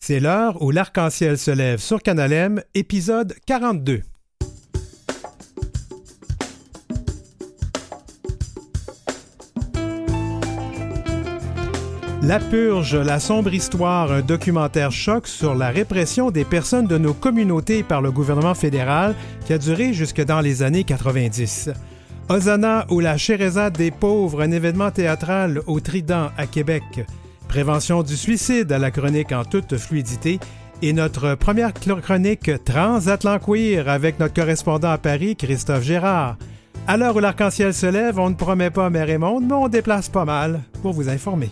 C'est l'heure où l'arc-en-ciel se lève sur Canal M, épisode 42. La Purge, la sombre histoire, un documentaire choc sur la répression des personnes de nos communautés par le gouvernement fédéral qui a duré jusque dans les années 90. Hosanna ou la Sherazade des pauvres, un événement théâtral au Trident à Québec. Prévention du suicide à la chronique en toute fluidité. Et notre première chronique Transatlanqueer avec notre correspondant à Paris, Christophe Gérard. À l'heure où l'arc-en-ciel se lève, on ne promet pas mer et monde, mais on déplace pas mal pour vous informer.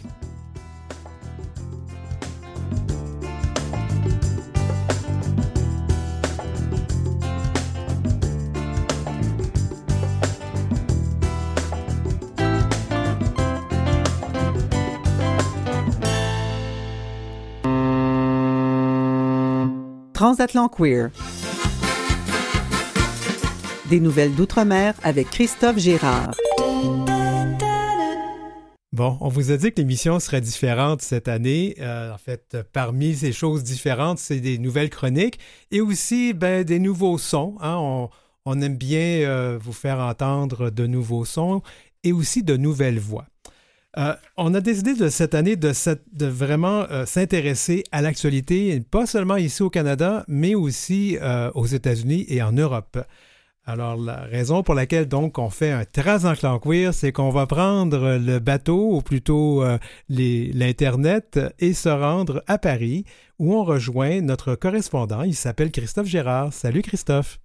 Transatlanqueer. Des nouvelles d'outre-mer avec Christophe Gérard. Bon, on vous a dit que l'émission serait différente cette année. En fait, parmi ces choses différentes, c'est des nouvelles chroniques et aussi des nouveaux sons. Hein? On aime bien vous faire entendre de nouveaux sons et aussi de nouvelles voix. On a décidé cette année de vraiment s'intéresser à l'actualité, pas seulement ici au Canada, mais aussi aux États-Unis et en Europe. Alors, la raison pour laquelle donc on fait un Transatlanqueer, c'est qu'on va prendre le bateau, ou plutôt l'Internet, et se rendre à Paris, où on rejoint notre correspondant. Il s'appelle Christophe Gérard. Salut Christophe.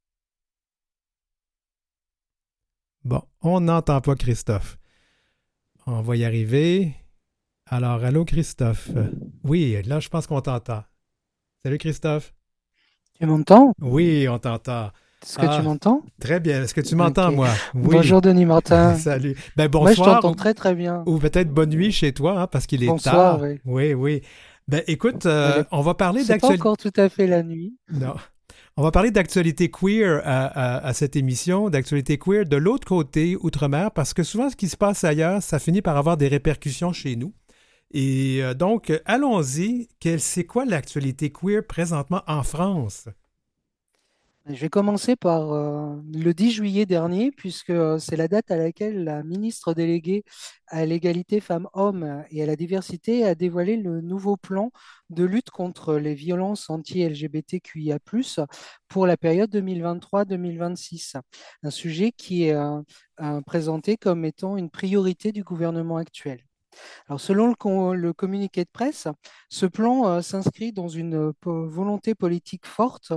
Bon, on n'entend pas Christophe. On va y arriver. Alors, allô Christophe. Oui, là, je pense qu'on t'entend. Salut Christophe. Tu m'entends? Oui, on t'entend. Est-ce que tu m'entends? Très bien. Est-ce que tu m'entends, Okay. moi? Oui. Bonjour Denis Martin. Salut. Bonsoir. Moi, je t'entends très très bien. Ou peut-être bonne nuit chez toi, hein, parce qu'il est Bonsoir, tard. oui. Oui. Écoute, on va parler C'est pas d'actualité. encore tout à fait la nuit. Non. On va parler d'actualité queer à cette émission, d'actualité queer de l'autre côté, outre-mer, parce que souvent, ce qui se passe ailleurs, ça finit par avoir des répercussions chez nous. Et donc, allons-y. C'est quoi l'actualité queer présentement en France? Je vais commencer par le 10 juillet dernier, puisque c'est la date à laquelle la ministre déléguée à l'égalité femmes-hommes et à la diversité a dévoilé le nouveau plan de lutte contre les violences anti-LGBTQIA+, pour la période 2023-2026. Un sujet qui est présenté comme étant une priorité du gouvernement actuel. Alors, selon le communiqué de presse, ce plan s'inscrit dans une volonté politique forte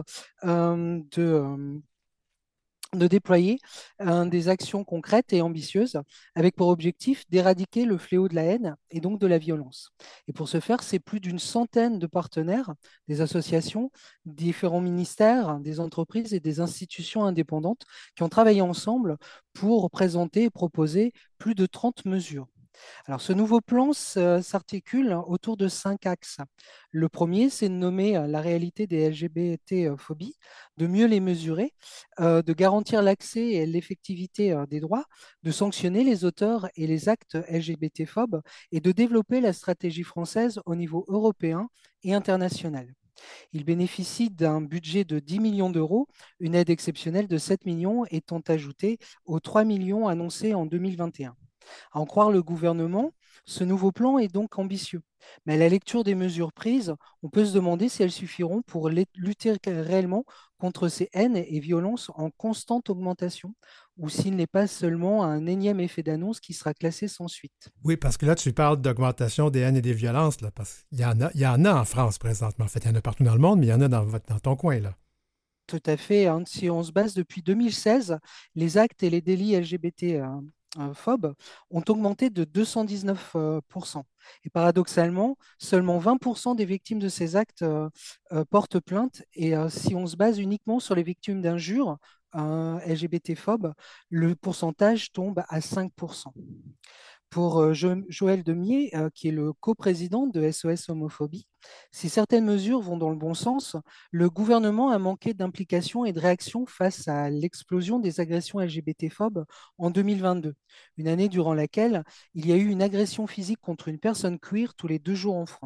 de déployer des actions concrètes et ambitieuses avec pour objectif d'éradiquer le fléau de la haine et donc de la violence. Et pour ce faire, c'est plus d'une centaine de partenaires, des associations, différents ministères, des entreprises et des institutions indépendantes qui ont travaillé ensemble pour présenter et proposer plus de 30 mesures. Alors, ce nouveau plan s'articule autour de 5 axes. Le premier, c'est de nommer la réalité des LGBT-phobies, de mieux les mesurer, de garantir l'accès et l'effectivité des droits, de sanctionner les auteurs et les actes LGBT-phobes et de développer la stratégie française au niveau européen et international. Il bénéficie d'un budget de 10 millions d'euros, une aide exceptionnelle de 7 millions étant ajoutée aux 3 millions annoncés en 2021. À en croire le gouvernement, ce nouveau plan est donc ambitieux. Mais à la lecture des mesures prises, on peut se demander si elles suffiront pour lutter réellement contre ces haines et violences en constante augmentation, ou s'il n'est pas seulement un énième effet d'annonce qui sera classé sans suite. Oui, parce que là, tu parles d'augmentation des haines et des violences, là, parce qu'il y en a en France présentement. En fait, il y en a partout dans le monde, mais il y en a dans ton coin, là. Tout à fait. Hein. Si on se base depuis 2016, les actes et les délits LGBT phobes ont augmenté de 219%. Et paradoxalement, seulement 20% des victimes de ces actes portent plainte. Et si on se base uniquement sur les victimes d'injures LGBT-phobes, le pourcentage tombe à 5%. Pour Joël Demier, qui est le coprésident de SOS Homophobie, si certaines mesures vont dans le bon sens, le gouvernement a manqué d'implication et de réaction face à l'explosion des agressions LGBT-phobes en 2022, une année durant laquelle il y a eu une agression physique contre une personne queer tous les 2 jours en France.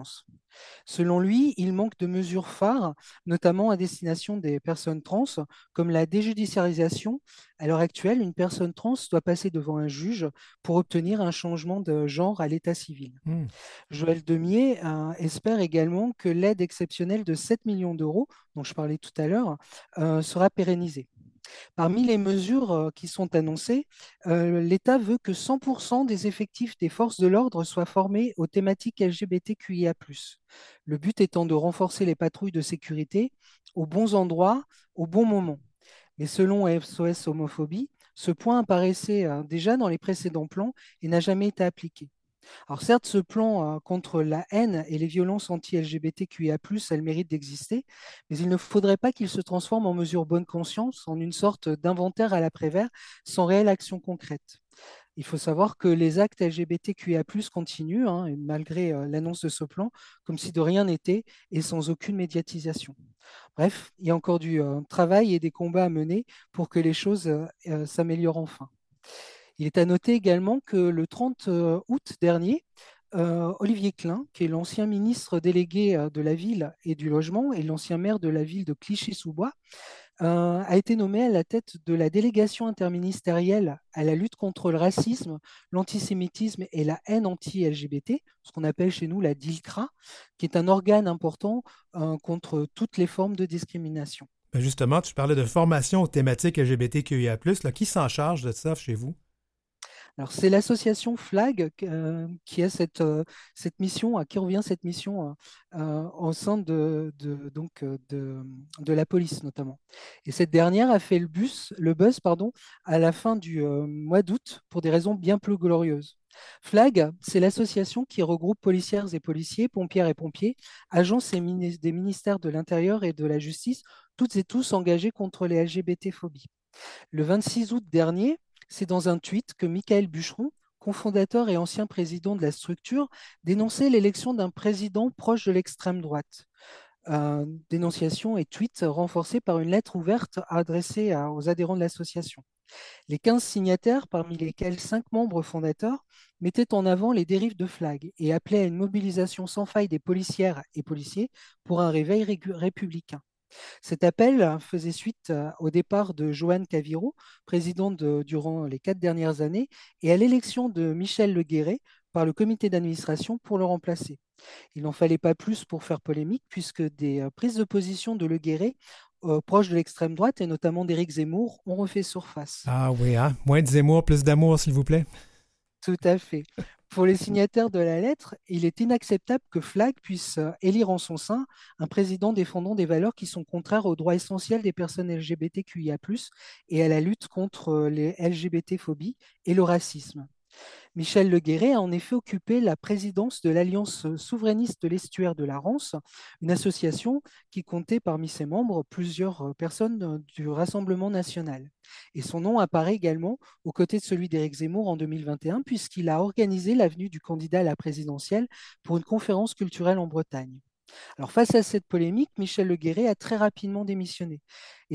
Selon lui, il manque de mesures phares, notamment à destination des personnes trans, comme la déjudiciarisation. À l'heure actuelle, une personne trans doit passer devant un juge pour obtenir un changement de genre à l'état civil. Hmm. Joël Demier espère également que l'aide exceptionnelle de 7 millions d'euros, dont je parlais tout à l'heure, sera pérennisée. Parmi les mesures qui sont annoncées, l'État veut que 100% des effectifs des forces de l'ordre soient formés aux thématiques LGBTQIA+. Le but étant de renforcer les patrouilles de sécurité aux bons endroits, au bon moment. Mais selon SOS Homophobie, ce point apparaissait déjà dans les précédents plans et n'a jamais été appliqué. Alors certes, ce plan contre la haine et les violences anti-LGBTQIA+, a le mérite d'exister, mais il ne faudrait pas qu'il se transforme en mesure bonne conscience, en une sorte d'inventaire à l'après-vert, sans réelle action concrète. Il faut savoir que les actes LGBTQIA+, continuent, hein, et malgré l'annonce de ce plan, comme si de rien n'était et sans aucune médiatisation. Bref, il y a encore du travail et des combats à mener pour que les choses s'améliorent enfin. Il est à noter également que le 30 août dernier, Olivier Klein, qui est l'ancien ministre délégué de la ville et du logement et l'ancien maire de la ville de Clichy-sous-Bois, a été nommé à la tête de la délégation interministérielle à la lutte contre le racisme, l'antisémitisme et la haine anti-LGBT, ce qu'on appelle chez nous la DILCRA, qui est un organe important contre toutes les formes de discrimination. Ben justement, tu parlais de formation aux thématiques LGBTQIA+. Là, qui s'en charge de ça chez vous? Alors, c'est l'association FLAG qui a cette mission, à qui revient cette mission au sein de la police notamment. Et cette dernière a fait le buzz pardon, à la fin du mois d'août pour des raisons bien plus glorieuses. FLAG, c'est l'association qui regroupe policières et policiers, pompières et pompiers, agences des ministères de l'Intérieur et de la Justice, toutes et tous engagés contre les LGBT-phobies. Le 26 août dernier, c'est dans un tweet que Michael Bûcheron, cofondateur et ancien président de la structure, dénonçait l'élection d'un président proche de l'extrême droite. Dénonciation et tweet renforcés par une lettre ouverte adressée aux adhérents de l'association. Les 15 signataires, parmi lesquels 5 membres fondateurs, mettaient en avant les dérives de FLAG et appelaient à une mobilisation sans faille des policières et policiers pour un réveil républicain. Cet appel faisait suite au départ de Joanne Caviro, présidente durant les 4 dernières années, et à l'élection de Michel Leguéré par le comité d'administration pour le remplacer. Il n'en fallait pas plus pour faire polémique, puisque des prises de position de Leguéré proches de l'extrême droite, et notamment d'Éric Zemmour, ont refait surface. Ah oui, hein? Moins de Zemmour, plus d'amour, s'il vous plaît. Tout à fait. Pour les signataires de la lettre, il est inacceptable que FLAG puisse élire en son sein un président défendant des valeurs qui sont contraires aux droits essentiels des personnes LGBTQIA+, et à la lutte contre les LGBT-phobies et le racisme. Michel Leguéré a en effet occupé la présidence de l'Alliance souverainiste de l'estuaire de la Rance, une association qui comptait parmi ses membres plusieurs personnes du Rassemblement national. Et son nom apparaît également aux côtés de celui d'Éric Zemmour en 2021, puisqu'il a organisé l'avenue du candidat à la présidentielle pour une conférence culturelle en Bretagne. Alors face à cette polémique, Michel Leguéré a très rapidement démissionné. Et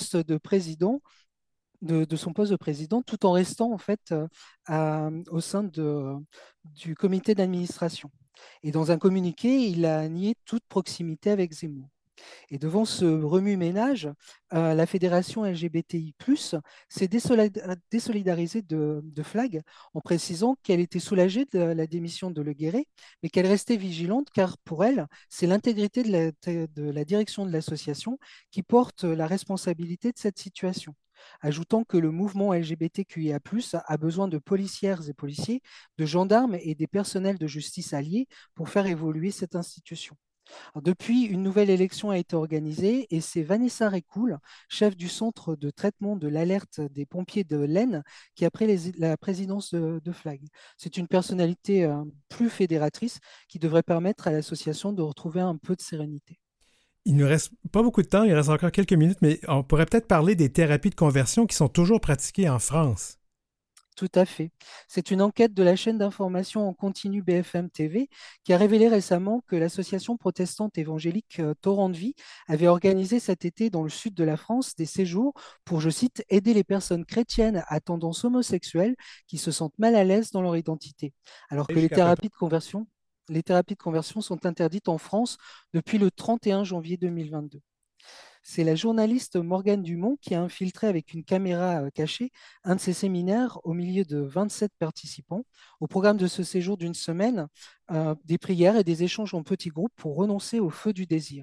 son poste de président tout en restant en fait au sein du comité d'administration. Et dans un communiqué, il a nié toute proximité avec Zemmour. Et devant ce remue-ménage, la fédération LGBTI+, s'est désolidarisée de FLAG en précisant qu'elle était soulagée de la démission de Leguéré, mais qu'elle restait vigilante car pour elle, c'est l'intégrité de la direction de l'association qui porte la responsabilité de cette situation, ajoutant que le mouvement LGBTQIA+ a besoin de policières et policiers, de gendarmes et des personnels de justice alliés pour faire évoluer cette institution. Alors, depuis, une nouvelle élection a été organisée et c'est Vanessa Récoul, chef du centre de traitement de l'alerte des pompiers de l'Aisne, qui a pris la présidence de FLAG. C'est une personnalité plus fédératrice qui devrait permettre à l'association de retrouver un peu de sérénité. Il ne reste pas beaucoup de temps, il reste encore quelques minutes, mais on pourrait peut-être parler des thérapies de conversion qui sont toujours pratiquées en France. Tout à fait. C'est une enquête de la chaîne d'information en continu BFM TV qui a révélé récemment que l'association protestante évangélique Torrent de Vie avait organisé cet été dans le sud de la France des séjours pour, je cite, aider les personnes chrétiennes à tendance homosexuelle qui se sentent mal à l'aise dans leur identité. Alors Et que les jusqu'à peu près. thérapies de conversion les thérapies de conversion sont interdites en France depuis le 31 janvier 2022. C'est la journaliste Morgane Dumont qui a infiltré avec une caméra cachée un de ces séminaires au milieu de 27 participants. Au programme de ce séjour d'une semaine, des prières et des échanges en petits groupes pour renoncer au feu du désir.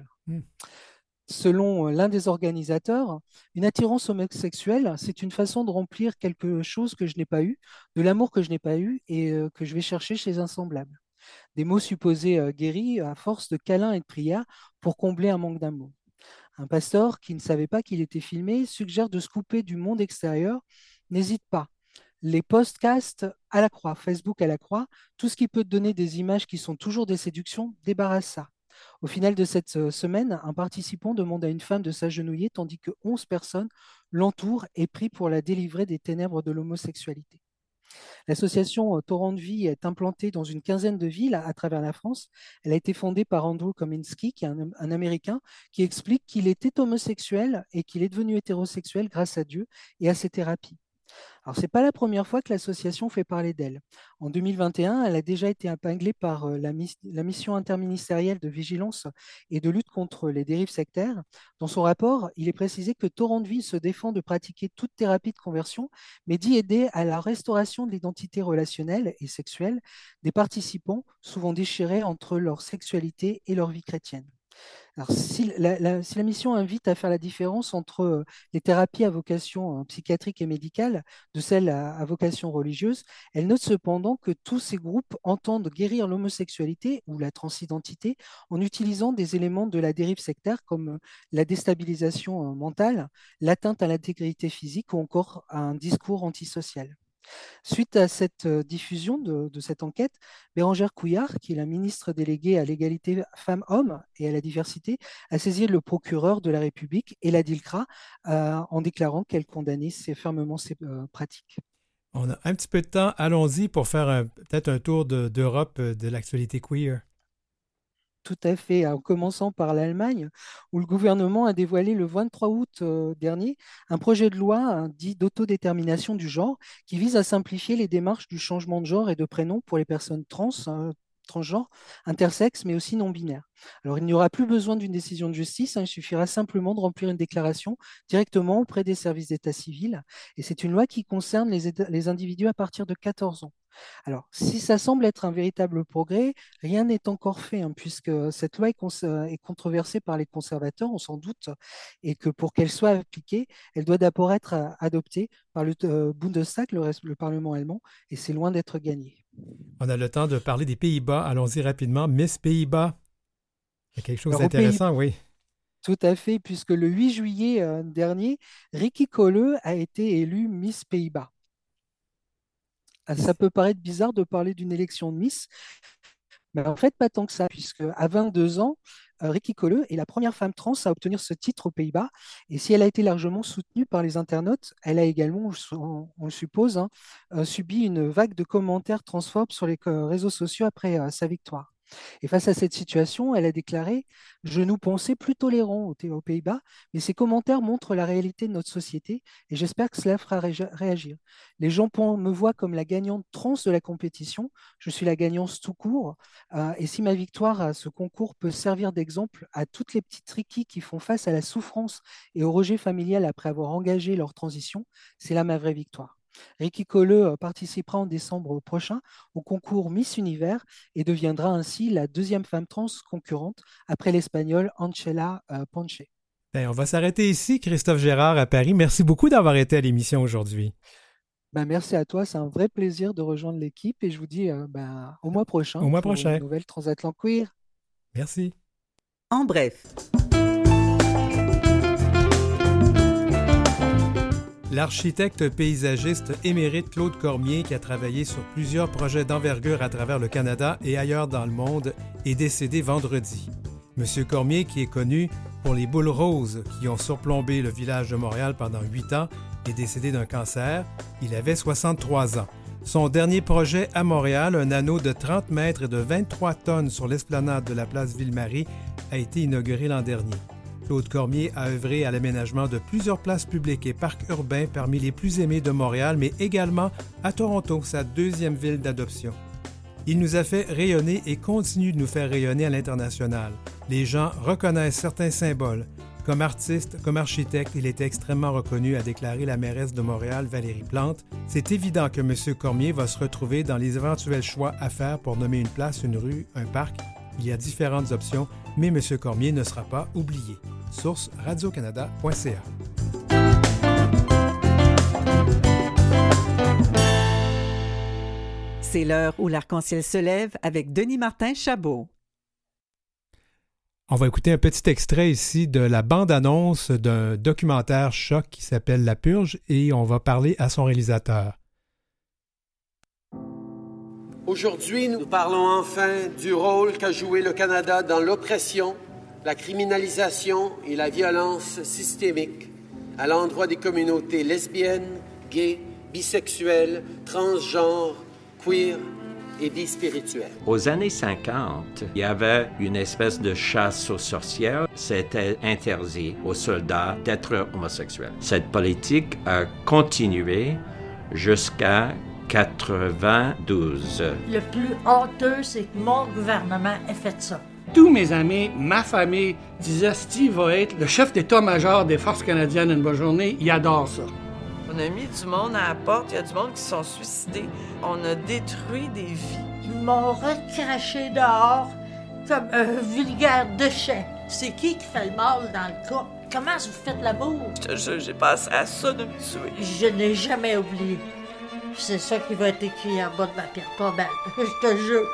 Selon l'un des organisateurs, une attirance homosexuelle, c'est une façon de remplir quelque chose que je n'ai pas eu, de l'amour que je n'ai pas eu et que je vais chercher chez un semblable. Des mots supposés guéris à force de câlins et de prières pour combler un manque d'amour. Un pasteur qui ne savait pas qu'il était filmé suggère de se couper du monde extérieur. N'hésite pas. Les podcasts à la croix, Facebook à la croix, tout ce qui peut te donner des images qui sont toujours des séductions, débarrasse ça. Au final de cette semaine, un participant demande à une femme de s'agenouiller tandis que 11 personnes l'entourent et prient pour la délivrer des ténèbres de l'homosexualité. L'association Torrent de Vie est implantée dans une quinzaine de villes à travers la France. Elle a été fondée par Andrew Kominski, qui est un Américain, qui explique qu'il était homosexuel et qu'il est devenu hétérosexuel grâce à Dieu et à ses thérapies. Alors, ce n'est pas la première fois que l'association fait parler d'elle. En 2021, elle a déjà été épinglée par la mission interministérielle de vigilance et de lutte contre les dérives sectaires. Dans son rapport, il est précisé que Torrent de Vie se défend de pratiquer toute thérapie de conversion, mais d'y aider à la restauration de l'identité relationnelle et sexuelle des participants, souvent déchirés entre leur sexualité et leur vie chrétienne. Alors, si la mission invite à faire la différence entre les thérapies à vocation psychiatrique et médicale de celles à vocation religieuse, elle note cependant que tous ces groupes entendent guérir l'homosexualité ou la transidentité en utilisant des éléments de la dérive sectaire comme la déstabilisation mentale, l'atteinte à l'intégrité physique ou encore un discours antisocial. Suite à cette diffusion de cette enquête, Bérangère Couillard, qui est la ministre déléguée à l'égalité femmes-hommes et à la diversité, a saisi le procureur de la République et la DILCRA en déclarant qu'elle condamnait fermement ces pratiques. On a un petit peu de temps. Allons-y pour faire peut-être un tour d'Europe de l'actualité queer. Tout à fait, en commençant par l'Allemagne, où le gouvernement a dévoilé le 23 août dernier un projet de loi dit d'autodétermination du genre qui vise à simplifier les démarches du changement de genre et de prénom pour les personnes transgenres, intersexes, mais aussi non-binaires. Alors, il n'y aura plus besoin d'une décision de justice, il suffira simplement de remplir une déclaration directement auprès des services d'état civil. Et c'est une loi qui concerne les individus à partir de 14 ans. Alors, si ça semble être un véritable progrès, rien n'est encore fait, puisque cette loi est controversée par les conservateurs, on s'en doute, et que pour qu'elle soit appliquée, elle doit d'abord être adoptée par le Bundestag, le Parlement allemand, et c'est loin d'être gagné. On a le temps de parler des Pays-Bas. Allons-y rapidement. Miss Pays-Bas. Il y a quelque chose d'intéressant, oui. Tout à fait, puisque le 8 juillet dernier, Ricky Kolle a été élue Miss Pays-Bas. Ça peut paraître bizarre de parler d'une élection de Miss, mais en fait, pas tant que ça, puisque à 22 ans, Ricky Kolle est la première femme trans à obtenir ce titre aux Pays-Bas. Et si elle a été largement soutenue par les internautes, elle a également, on le suppose, subi une vague de commentaires transphobes sur les réseaux sociaux après sa victoire. Et face à cette situation, elle a déclaré: Je nous pensais plus tolérants aux Pays-Bas, mais ces commentaires montrent la réalité de notre société et j'espère que cela fera réagir. Les gens me voient comme la gagnante trans de la compétition. Je suis la gagnante tout court. Et si ma victoire à ce concours peut servir d'exemple à toutes les petites Ricky qui font face à la souffrance et au rejet familial après avoir engagé leur transition, c'est là ma vraie victoire. Ricky Kolle participera en décembre prochain au concours Miss Univers et deviendra ainsi la deuxième femme trans concurrente après l'espagnole Anchela Ponce. On va s'arrêter ici, Christophe Gérard à Paris. Merci beaucoup d'avoir été à l'émission aujourd'hui. Merci à toi, c'est un vrai plaisir de rejoindre l'équipe et je vous dis au mois prochain pour une nouvelle Transatlantique Queer. Merci. En bref. L'architecte paysagiste émérite Claude Cormier, qui a travaillé sur plusieurs projets d'envergure à travers le Canada et ailleurs dans le monde, est décédé vendredi. Monsieur Cormier, qui est connu pour les boules roses qui ont surplombé le village de Montréal pendant 8 ans, est décédé d'un cancer. Il avait 63 ans. Son dernier projet à Montréal, un anneau de 30 mètres et de 23 tonnes sur l'esplanade de la place Ville-Marie, a été inauguré l'an dernier. Claude Cormier a œuvré à l'aménagement de plusieurs places publiques et parcs urbains parmi les plus aimés de Montréal, mais également à Toronto, sa deuxième ville d'adoption. Il nous a fait rayonner et continue de nous faire rayonner à l'international. Les gens reconnaissent certains symboles. Comme artiste, comme architecte, il était extrêmement reconnu, a déclaré la mairesse de Montréal, Valérie Plante. C'est évident que M. Cormier va se retrouver dans les éventuels choix à faire pour nommer une place, une rue, un parc. Il y a différentes options, mais M. Cormier ne sera pas oublié. Source radiocanada.ca. C'est l'heure où l'arc-en-ciel se lève avec Denis Martin-Chabot. On va écouter un petit extrait ici de la bande-annonce d'un documentaire choc qui s'appelle La Purge et on va parler à son réalisateur. Aujourd'hui, nous parlons enfin du rôle qu'a joué le Canada dans l'oppression, la criminalisation et la violence systémique à l'endroit des communautés lesbiennes, gays, bisexuelles, transgenres, queer et bispirituelles. Aux années 50, il y avait une espèce de chasse aux sorcières. C'était interdit aux soldats d'être homosexuels. Cette politique a continué jusqu'à 92. Le plus honteux, c'est que mon gouvernement ait fait ça. Tous mes amis, ma famille disaient « Steve va être le chef d'état-major des Forces canadiennes une bonne journée. » Il adore ça. On a mis du monde à la porte. Il y a du monde qui se sont suicidés. On a détruit des vies. Ils m'ont recraché dehors comme un vulgaire déchet. C'est qui fait le mal dans le cas? Comment vous faites l'amour? Je te jure, j'ai passé à ça de me tuer. Je n'ai jamais oublié. C'est ça qui va être écrit en bas de ma pierre tombale. Je te jure.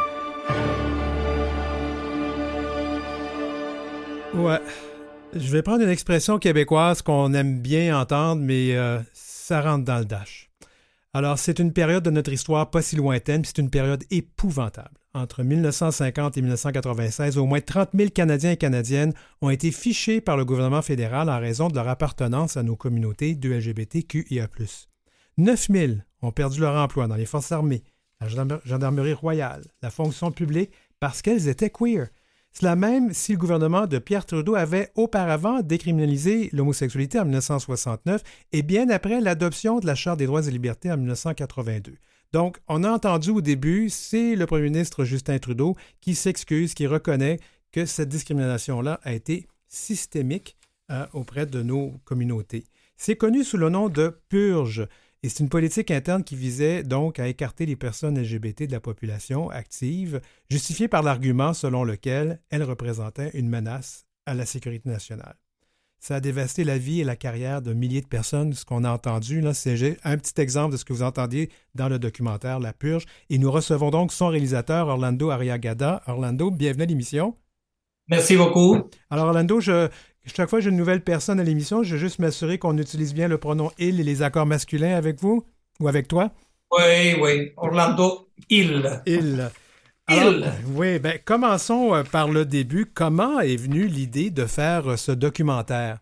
Ouais. Je vais prendre une expression québécoise qu'on aime bien entendre, mais ça rentre dans le dash. Alors, c'est une période de notre histoire pas si lointaine, puis c'est une période épouvantable. Entre 1950 et 1996, au moins 30 000 Canadiens et Canadiennes ont été fichés par le gouvernement fédéral en raison de leur appartenance à nos communautés de LGBTQIA+. 9 000 ont perdu leur emploi dans les forces armées, la gendarmerie royale, la fonction publique, parce qu'elles étaient queer. Cela même si le gouvernement de Pierre Trudeau avait auparavant décriminalisé l'homosexualité en 1969 et bien après l'adoption de la Charte des droits et libertés en 1982. Donc, on a entendu au début, c'est le premier ministre Justin Trudeau qui s'excuse, qui reconnaît que cette discrimination-là a été systémique auprès de nos communautés. C'est connu sous le nom de purge. Et c'est une politique interne qui visait donc à écarter les personnes LGBT de la population active, justifiée par l'argument selon lequel elles représentaient une menace à la sécurité nationale. Ça a dévasté la vie et la carrière de milliers de personnes. Ce qu'on a entendu, là, c'est un petit exemple de ce que vous entendiez dans le documentaire La Purge. Et nous recevons donc son réalisateur, Orlando Arriagada. Orlando, bienvenue à l'émission. Merci beaucoup. Alors, Orlando, chaque fois que j'ai une nouvelle personne à l'émission, je veux juste m'assurer qu'on utilise bien le pronom « il » et les accords masculins avec vous ou avec toi. Oui. Orlando, il. Il. Alors, oui, bien, commençons par le début. Comment est venue l'idée de faire ce documentaire?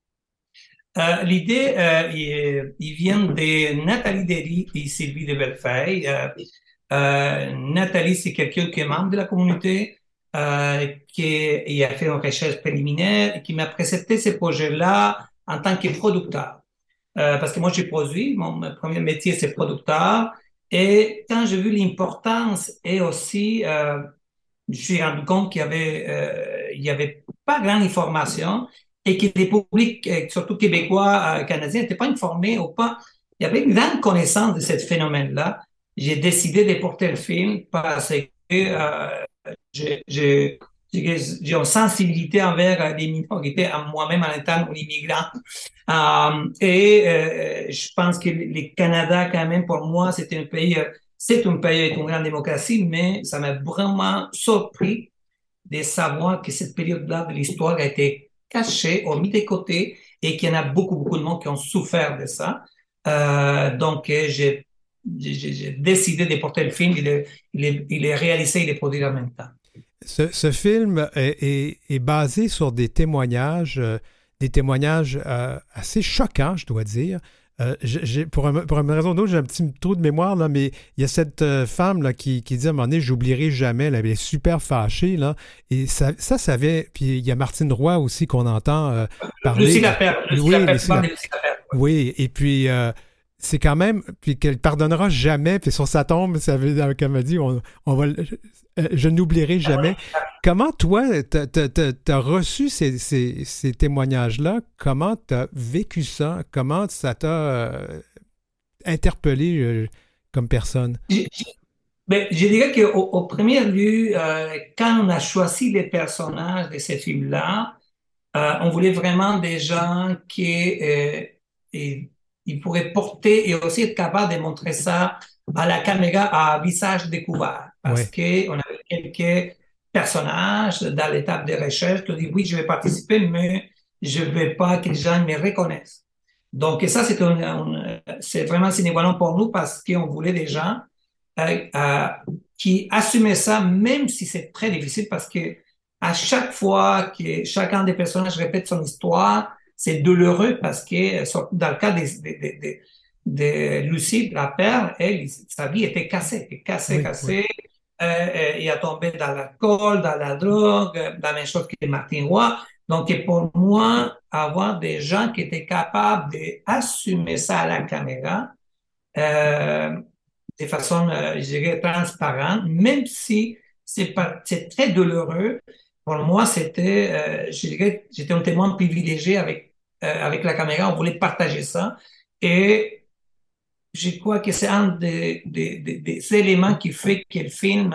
L'idée, il vient de Nathalie Derry et Sylvie de Bellefeuille. Nathalie, c'est quelqu'un qui est membre de la communauté, qui a fait une recherche préliminaire et qui m'a présenté ce projet-là en tant que producteur. Parce que moi, j'ai produit, mon premier métier, c'est producteur. Et quand j'ai vu l'importance et aussi, je me suis rendu compte qu'il y avait pas grande information et que les publics, surtout québécois, canadiens, n'étaient pas informés ou pas. Il y avait une grande connaissance de ce phénomène-là. J'ai décidé de porter le film parce que j'ai une sensibilité envers les minorités, moi-même en étant un immigrant. Je pense que le Canada, quand même, pour moi, c'est un pays avec une grande démocratie, mais ça m'a vraiment surpris de savoir que cette période-là de l'histoire a été cachée, ou mise de côté, et qu'il y en a beaucoup de monde qui ont souffert de ça. Donc, j'ai décidé de porter le film, il est réalisé, il est produit en même temps. Ce film est basé sur des témoignages assez choquants, je dois dire. Pour une raison ou d'autre, j'ai un petit trou de mémoire, là, mais il y a cette femme là, qui dit à un moment donné, j'oublierai jamais, elle est super fâchée. Là, et ça vient. Puis il y a Martine Roy aussi qu'on entend parler. Lucie Lapère. Oui, et puis c'est quand même, puis qu'elle pardonnera jamais, puis sur sa tombe, ça veut dire, comme elle dit, je n'oublierai jamais. Comment toi, t'as reçu ces témoignages-là? Comment t'as vécu ça? Comment ça t'a interpellé comme personne? Je dirais qu'au premier lieu, quand on a choisi les personnages de ces films-là, on voulait vraiment des gens qui ils pourraient porter et aussi être capables de montrer ça à la caméra à visage découvert. Parce qu'on avait quelques personnages dans l'étape de recherche qui ont dit oui, je vais participer, mais je ne veux pas que les gens me reconnaissent. Donc, ça, c'est vraiment sine qua non pour nous parce qu'on voulait des gens qui assumaient ça, même si c'est très difficile parce que à chaque fois que chacun des personnages répète son histoire, c'est douloureux parce que dans le cas de Lucie, la perle, elle, sa vie était cassée. Il a tombé dans l'alcool, dans la drogue, la même chose que Martin Roy. Donc, pour moi, avoir des gens qui étaient capables d'assumer ça à la caméra, de façon, je dirais, transparente, même si c'est très douloureux. Pour moi, je dirais, j'étais un témoin privilégié avec la caméra. On voulait partager ça. Et je crois que c'est un des éléments qui fait que le film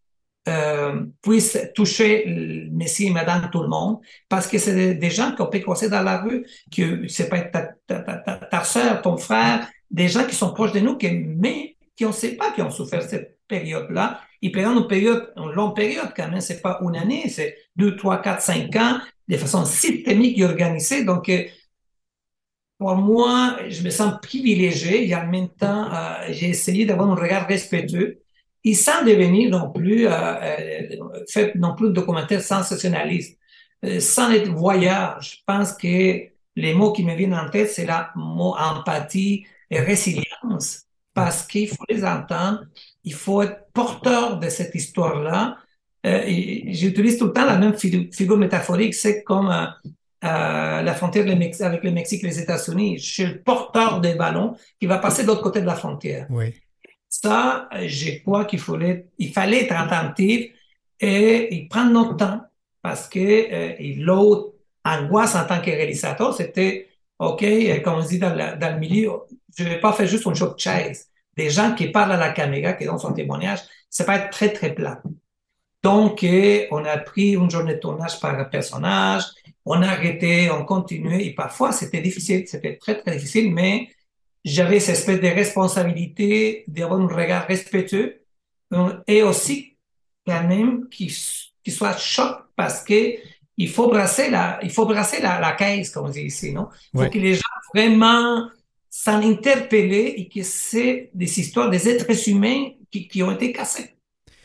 puisse toucher monsieur et madame tout le monde, parce que c'est des gens qu'on peut croiser dans la rue, que c'est pas ta soeur, ton frère, des gens qui sont proches de nous, mais qui on ne sait pas qui ont souffert cette période-là. Ils prennent une longue période quand même, c'est pas une année, c'est 2, 3, 4, 5 ans, de façon systémique et organisée. Donc, pour moi, je me sens privilégié et en même temps, j'ai essayé d'avoir un regard respectueux et sans devenir non plus, fait non plus de documentaire sensationnaliste, sans être voyeur. Je pense que les mots qui me viennent en tête, c'est la mot empathie et résilience, parce qu'il faut les entendre, il faut être porteur de cette histoire-là. Et j'utilise tout le temps la même figure métaphorique, c'est comme la frontière avec le Mexique et les États-Unis. Je suis le porteur des ballons qui va passer de l'autre côté de la frontière. Oui. Ça, je crois qu'il fallait être attentif et prendre notre temps, parce que l'autre angoisse en tant que réalisateur, c'était, OK, comme on dit dans le milieu, je ne vais pas faire juste une show de chaise. Des gens qui parlent à la caméra, qui donnent son témoignage, ça peut être très, très plat. Donc, on a pris une journée de tournage par personnage, on a arrêté, on continuait, et parfois c'était difficile, c'était très, très difficile, mais j'avais cette espèce de responsabilité d'avoir un regard respectueux et aussi, quand même, qui soit choc, parce que il faut brasser la caisse, comme on dit ici, non? Il faut que les gens vraiment s'en interpellent et que c'est des histoires des êtres humains qui ont été cassés.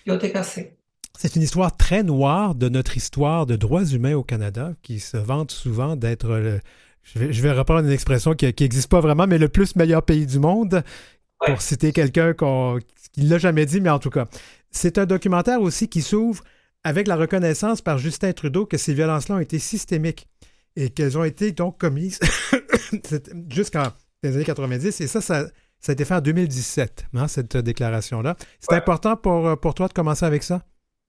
C'est une histoire très noire de notre histoire de droits humains au Canada, qui se vante souvent d'être je vais reprendre une expression qui n'existe pas vraiment, mais le plus meilleur pays du monde, pour citer quelqu'un qui ne l'a jamais dit, mais en tout cas. C'est un documentaire aussi qui s'ouvre avec la reconnaissance par Justin Trudeau que ces violences-là ont été systémiques et qu'elles ont été donc commises jusqu'en les années 90. Et ça a été fait en 2017, hein, cette déclaration-là. C'est important pour toi de commencer avec ça?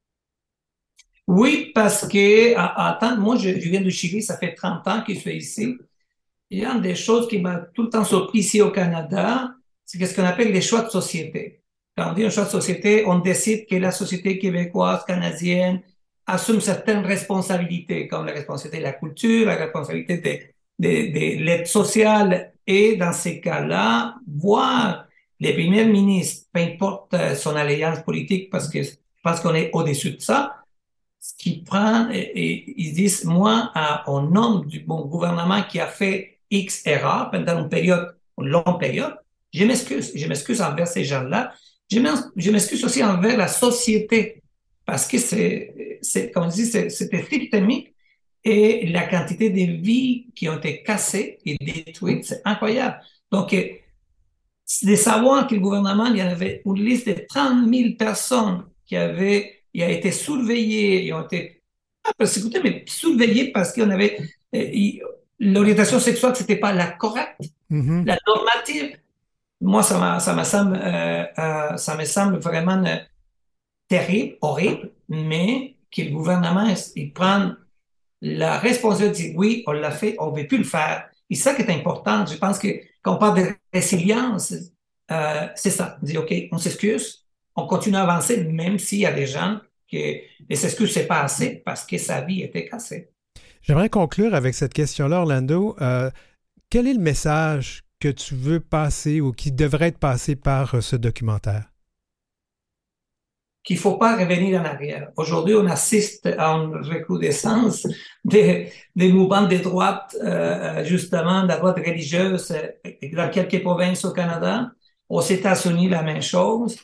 Oui, parce que moi, je viens du Chili, ça fait 30 ans que je suis ici. Il y a des choses qui m'ont tout le temps surpris ici au Canada, c'est ce qu'on appelle les choix de société. Quand on dit un choix de société, on décide que la société québécoise, canadienne, assume certaines responsabilités, comme la responsabilité de la culture, la responsabilité de l'aide sociale. Et dans ces cas-là, voir les premiers ministres, peu importe son alliance politique, parce que je pense qu'on est au-dessus de ça, ce qu'ils prennent et ils disent, moi, au nom du bon gouvernement qui a fait X erreurs pendant une longue période, je m'excuse envers ces gens-là. Je m'excuse aussi envers la société, parce que comme je dis, c'était systémique et la quantité de vies qui ont été cassées et détruites, c'est incroyable. Donc, de savoir que le gouvernement, il y en avait une liste de 30 000 personnes qui a été surveillées, ils ont été pas persécutés, mais surveillées parce qu'on avait l'orientation sexuelle, c'était pas la correcte, la normative. moi, ça me semble vraiment terrible, horrible, mais que le gouvernement, il prend la responsabilité de dire oui, on l'a fait, on ne veut plus le faire. Et ça qui est important, je pense que quand on parle de résilience, c'est ça. On dit, OK, on s'excuse, on continue à avancer, même s'il y a des gens que les excuses, c'est pas assez parce que sa vie était cassée. J'aimerais conclure avec cette question-là, Orlando. Quel est le message que tu veux passer ou qui devrait être passé par ce documentaire? Qu'il ne faut pas revenir en arrière. Aujourd'hui, on assiste à une recrudescence des mouvements de droite, justement, de la droite religieuse dans quelques provinces au Canada. Aux États-Unis, la même chose.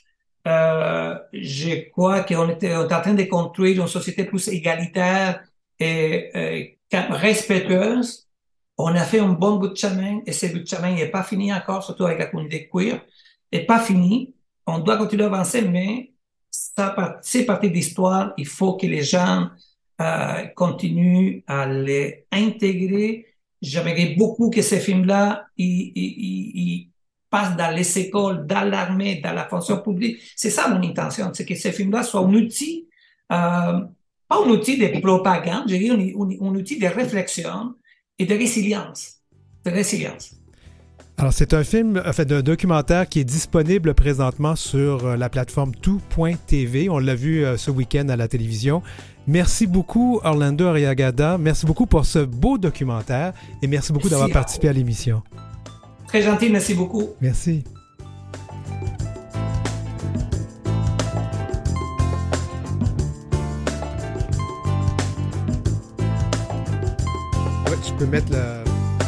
Je crois qu'on est en train de construire une société plus égalitaire et respectueuse. On a fait un bon bout de chemin et ce bout de chemin n'est pas fini encore, surtout avec la communauté queer. Il n'est pas fini. On doit continuer à avancer, mais c'est partie de l'histoire. Il faut que les gens continuent à les intégrer. J'aimerais beaucoup que ces films-là ils passent dans les écoles, dans l'armée, dans la fonction publique. C'est ça mon intention, c'est que ces films-là soient un outil, pas un outil de propagande, je dirais un outil de réflexion et de résilience. Alors, c'est un film, en fait, un documentaire qui est disponible présentement sur la plateforme tout.tv. On l'a vu ce week-end à la télévision. Merci beaucoup, Orlando Arriagada. Merci beaucoup pour ce beau documentaire et merci beaucoup d'avoir participé à l'émission. Très gentil, merci beaucoup. Merci. Ouais, tu peux mettre la...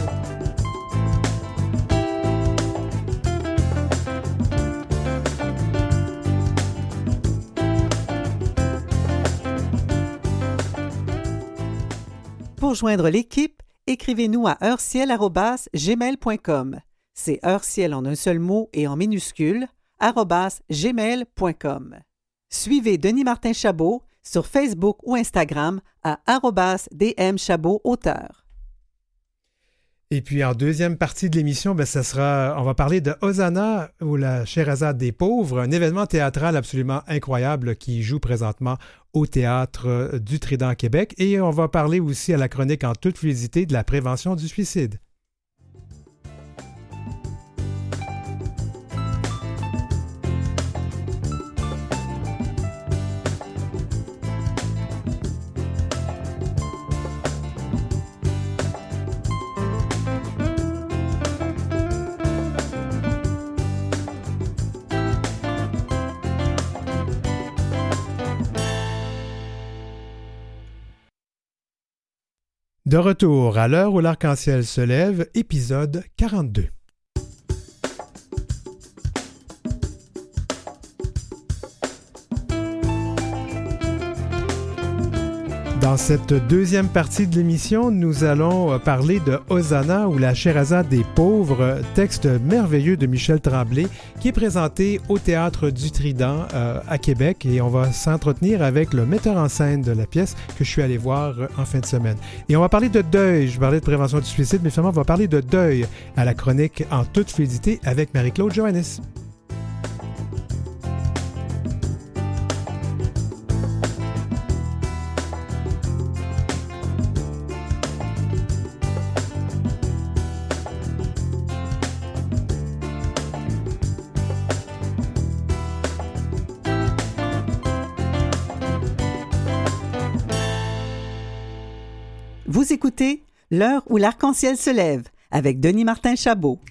Pour joindre l'équipe, écrivez-nous à heureciel@gmail.com. C'est heureciel en un seul mot et en minuscule, @gmail.com. Suivez Denis Martin Chabot sur Facebook ou Instagram à @dmchabotauteur. Et puis en deuxième partie de l'émission, on va parler de Hosanna ou la Sherazade des pauvres, un événement théâtral absolument incroyable qui joue présentement au Théâtre du Trident à Québec. Et on va parler aussi à la chronique en toute fluidité de la prévention du suicide. De retour à l'heure où l'arc-en-ciel se lève, épisode 42. Dans cette deuxième partie de l'émission, nous allons parler de Hosanna ou la Sherazade des pauvres, texte merveilleux de Michel Tremblay qui est présenté au Théâtre du Trident à Québec et on va s'entretenir avec le metteur en scène de la pièce que je suis allé voir en fin de semaine. Et on va parler de deuil, je parlais de prévention du suicide, mais finalement on va parler de deuil à la chronique en toute fluidité avec Marie-Claude Joannis. Vous écoutez L'heure où l'arc-en-ciel se lève avec Denis Martin Chabot.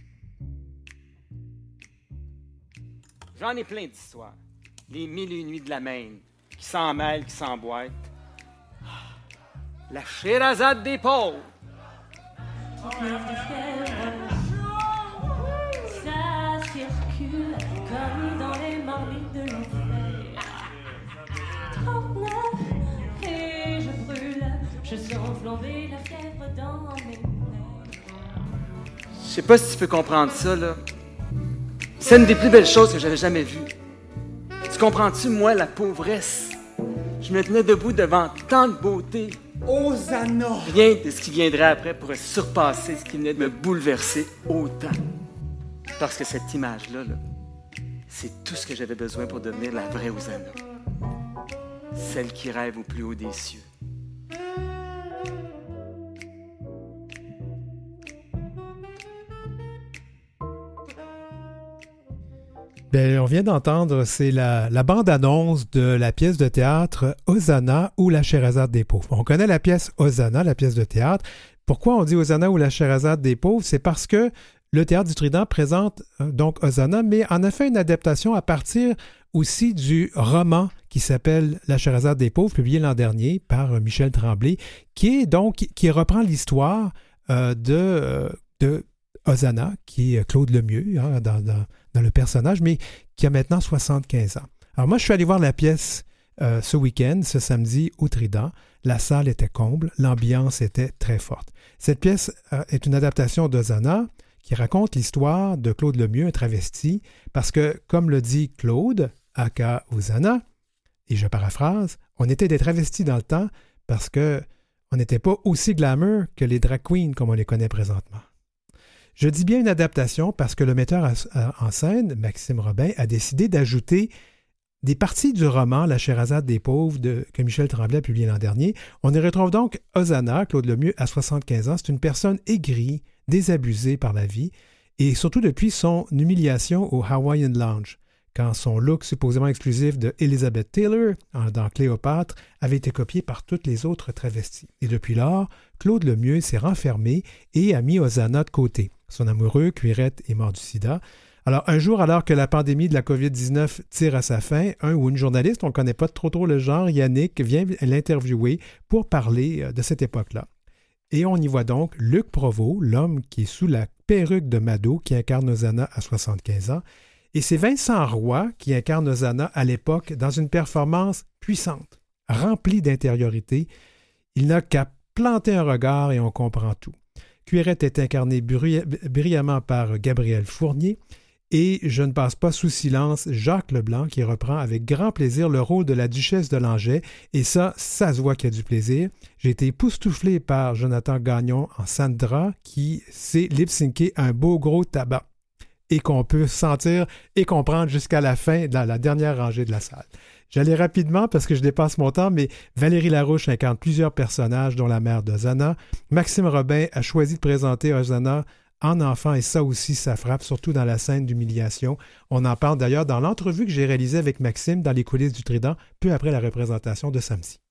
J'en ai plein d'histoires. Les 1001 nuits de la Maine, qui s'en mêlent, qui s'emboîtent. La Sherazade des pauvres. Ça circule comme dans les marmites de l'enfer. 39 et je brûle. Je sens flamber la fièvre dans mes nerfs. Je sais pas si tu peux comprendre ça, là. C'est une des plus belles choses que j'avais jamais vues. Tu comprends-tu, moi, la pauvresse? Je me tenais debout devant tant de beauté. Hosanna! Rien de ce qui viendrait après pourrait surpasser ce qui venait de me bouleverser autant. Parce que cette image-là, là, c'est tout ce que j'avais besoin pour devenir la vraie Hosanna. Celle qui rêve au plus haut des cieux. Bien, on vient d'entendre, c'est la bande-annonce de la pièce de théâtre Hosanna ou la Sherazade des pauvres. On connaît la pièce Hosanna, la pièce de théâtre. Pourquoi on dit Hosanna ou la Sherazade des pauvres? C'est parce que le Théâtre du Trident présente donc Hosanna, mais en a fait une adaptation à partir aussi du roman qui s'appelle La Sherazade des pauvres, publié l'an dernier par Michel Tremblay, qui reprend l'histoire de Hosanna, qui est Claude Lemieux dans le personnage, mais qui a maintenant 75 ans. Alors moi, je suis allé voir la pièce ce week-end, ce samedi, au Trident. La salle était comble, l'ambiance était très forte. Cette pièce est une adaptation d'Hosanna qui raconte l'histoire de Claude Lemieux, un travesti, parce que, comme le dit Claude, aka Hosanna, et je paraphrase, on était des travestis dans le temps parce qu'on n'était pas aussi glamour que les drag queens comme on les connaît présentement. Je dis bien une adaptation parce que le metteur en scène, Maxime Robin, a décidé d'ajouter des parties du roman La Sherazade des pauvres que Michel Tremblay a publié l'an dernier. On y retrouve donc Hosanna, Claude Lemieux, à 75 ans. C'est une personne aigrie, désabusée par la vie, et surtout depuis son humiliation au Hawaiian Lounge, quand son look supposément exclusif de Elizabeth Taylor dans Cléopâtre avait été copié par toutes les autres travestis. Et depuis lors, Claude Lemieux s'est renfermé et a mis Hosanna de côté. Son amoureux, Cuirette, est mort du sida. Alors, un jour, alors que la pandémie de la COVID-19 tire à sa fin, un ou une journaliste, on ne connaît pas trop le genre, Yannick, vient l'interviewer pour parler de cette époque-là. Et on y voit donc Luc Provost, l'homme qui est sous la perruque de Mado, qui incarne Hosanna à 75 ans. Et c'est Vincent Roy qui incarne Hosanna à l'époque dans une performance puissante, remplie d'intériorité. Il n'a qu'à planter un regard et on comprend tout. Cuirette est incarné brillamment par Gabriel Fournier. Et je ne passe pas sous silence Jacques Leblanc qui reprend avec grand plaisir le rôle de la duchesse de Langeais. Et ça se voit qu'il y a du plaisir. J'ai été époustouflé par Jonathan Gagnon en Sandra qui sait lip-syncer un beau gros tabac et qu'on peut sentir et comprendre jusqu'à la fin, dans la dernière rangée de la salle. J'allais rapidement parce que je dépasse mon temps, mais Valérie Larouche incarne plusieurs personnages, dont la mère d'Hosanna. Maxime Robin a choisi de présenter Hosanna en enfant, et ça aussi, ça frappe, surtout dans la scène d'humiliation. On en parle d'ailleurs dans l'entrevue que j'ai réalisée avec Maxime dans les coulisses du Trident, peu après la représentation de samedi.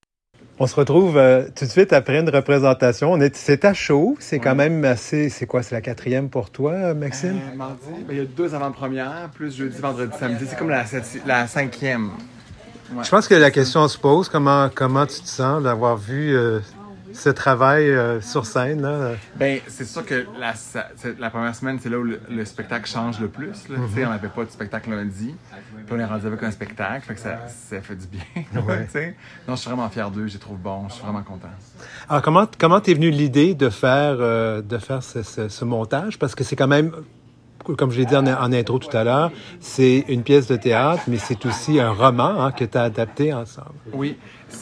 On se retrouve tout de suite après une représentation. C'est à chaud, c'est quand même assez... C'est quoi, c'est la 4e pour toi, Maxime? Mardi, il y a 2 avant-premières, plus jeudi, vendredi, samedi. C'est comme la 5e. Ouais. Je pense que la question se pose, comment tu te sens d'avoir vu... ce travail sur scène, là? Bien, c'est sûr que la première semaine, c'est là où le spectacle change le plus. Là. Tu sais, on n'avait pas de spectacle lundi. Puis on est rendu avec un spectacle, fait que ça fait du bien. Ouais. Non, je suis vraiment fier d'eux, je les trouve bons, je suis vraiment content. Alors, comment t'es venue l'idée de faire ce montage? Parce que c'est quand même, comme je l'ai dit en intro tout à l'heure, c'est une pièce de théâtre, mais c'est aussi un roman que tu as adapté ensemble. Oui.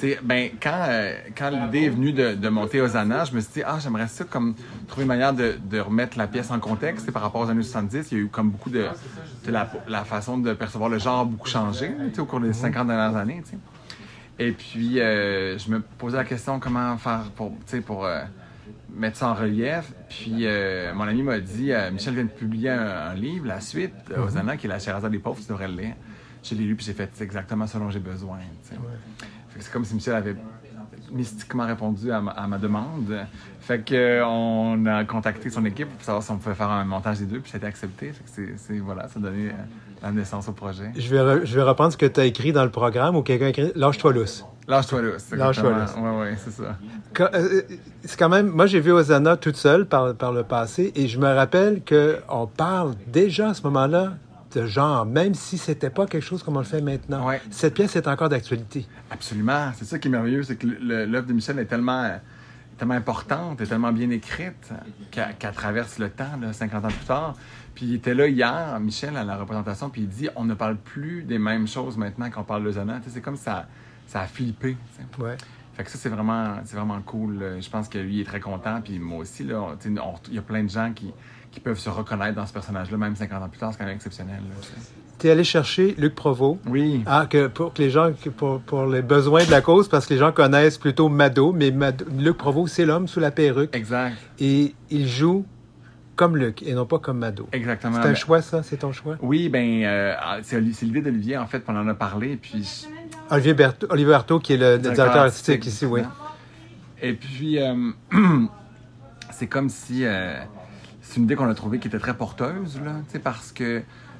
Quand l'idée est venue de monter Hosanna, je me suis dit, j'aimerais ça comme trouver une manière de remettre la pièce en contexte. Par rapport aux années 70, il y a eu comme beaucoup de la façon de percevoir le genre a beaucoup changé au cours des 50 dernières années. T'sais. Et puis, je me posais la question comment faire pour mettre ça en relief. Puis, mon ami m'a dit, Michel vient de publier un livre, la suite, Hosanna, qui est La Sherazade des pauvres, tu devrais le lire. Je l'ai lu, puis j'ai fait exactement ce dont j'ai besoin. C'est comme si Michel avait mystiquement répondu à ma demande. Fait qu'on a contacté son équipe pour savoir si on pouvait faire un montage des deux, puis ça a été accepté. Fait que voilà, ça a donné la naissance au projet. Je vais reprendre ce que tu as écrit dans le programme, où quelqu'un a écrit « Lâche-toi lousse ». Lâche-toi lousse. Lâche-toi lousse. Oui, c'est ça. C'est quand même... Moi, j'ai vu Hosanna toute seule par le passé, et je me rappelle qu'on parle déjà à ce moment-là de genre, même si c'était pas quelque chose comme on le fait maintenant. Ouais. Cette pièce est encore d'actualité. Absolument. C'est ça qui est merveilleux, c'est que l'œuvre de Michel est tellement importante, est tellement bien écrite qu'elle traverse le temps, là, 50 ans plus tard. Puis il était là hier, Michel, à la représentation, puis il dit on ne parle plus des mêmes choses maintenant qu'on parle de Hosanna. C'est comme ça a flippé. Ouais. Fait que ça, c'est vraiment cool. Je pense que lui, il est très content, puis moi aussi, là, il y a plein de gens qui peuvent se reconnaître dans ce personnage-là, même 50 ans plus tard, c'est quand même exceptionnel. Tu es allé chercher Luc Provost. Oui. Pour que les gens, pour les besoins de la cause, parce que les gens connaissent plutôt Mado, mais Luc Provost, c'est l'homme sous la perruque. Exact. Et il joue comme Luc et non pas comme Mado. Exactement. C'est un choix, ça? C'est ton choix? Oui, c'est l'idée d'Olivier, en fait, on en a parlé, puis... Olivier Artaud, qui est le directeur artistique ici, oui. Et puis, c'est comme si... c'est une idée qu'on a trouvée qui était très porteuse, là, parce que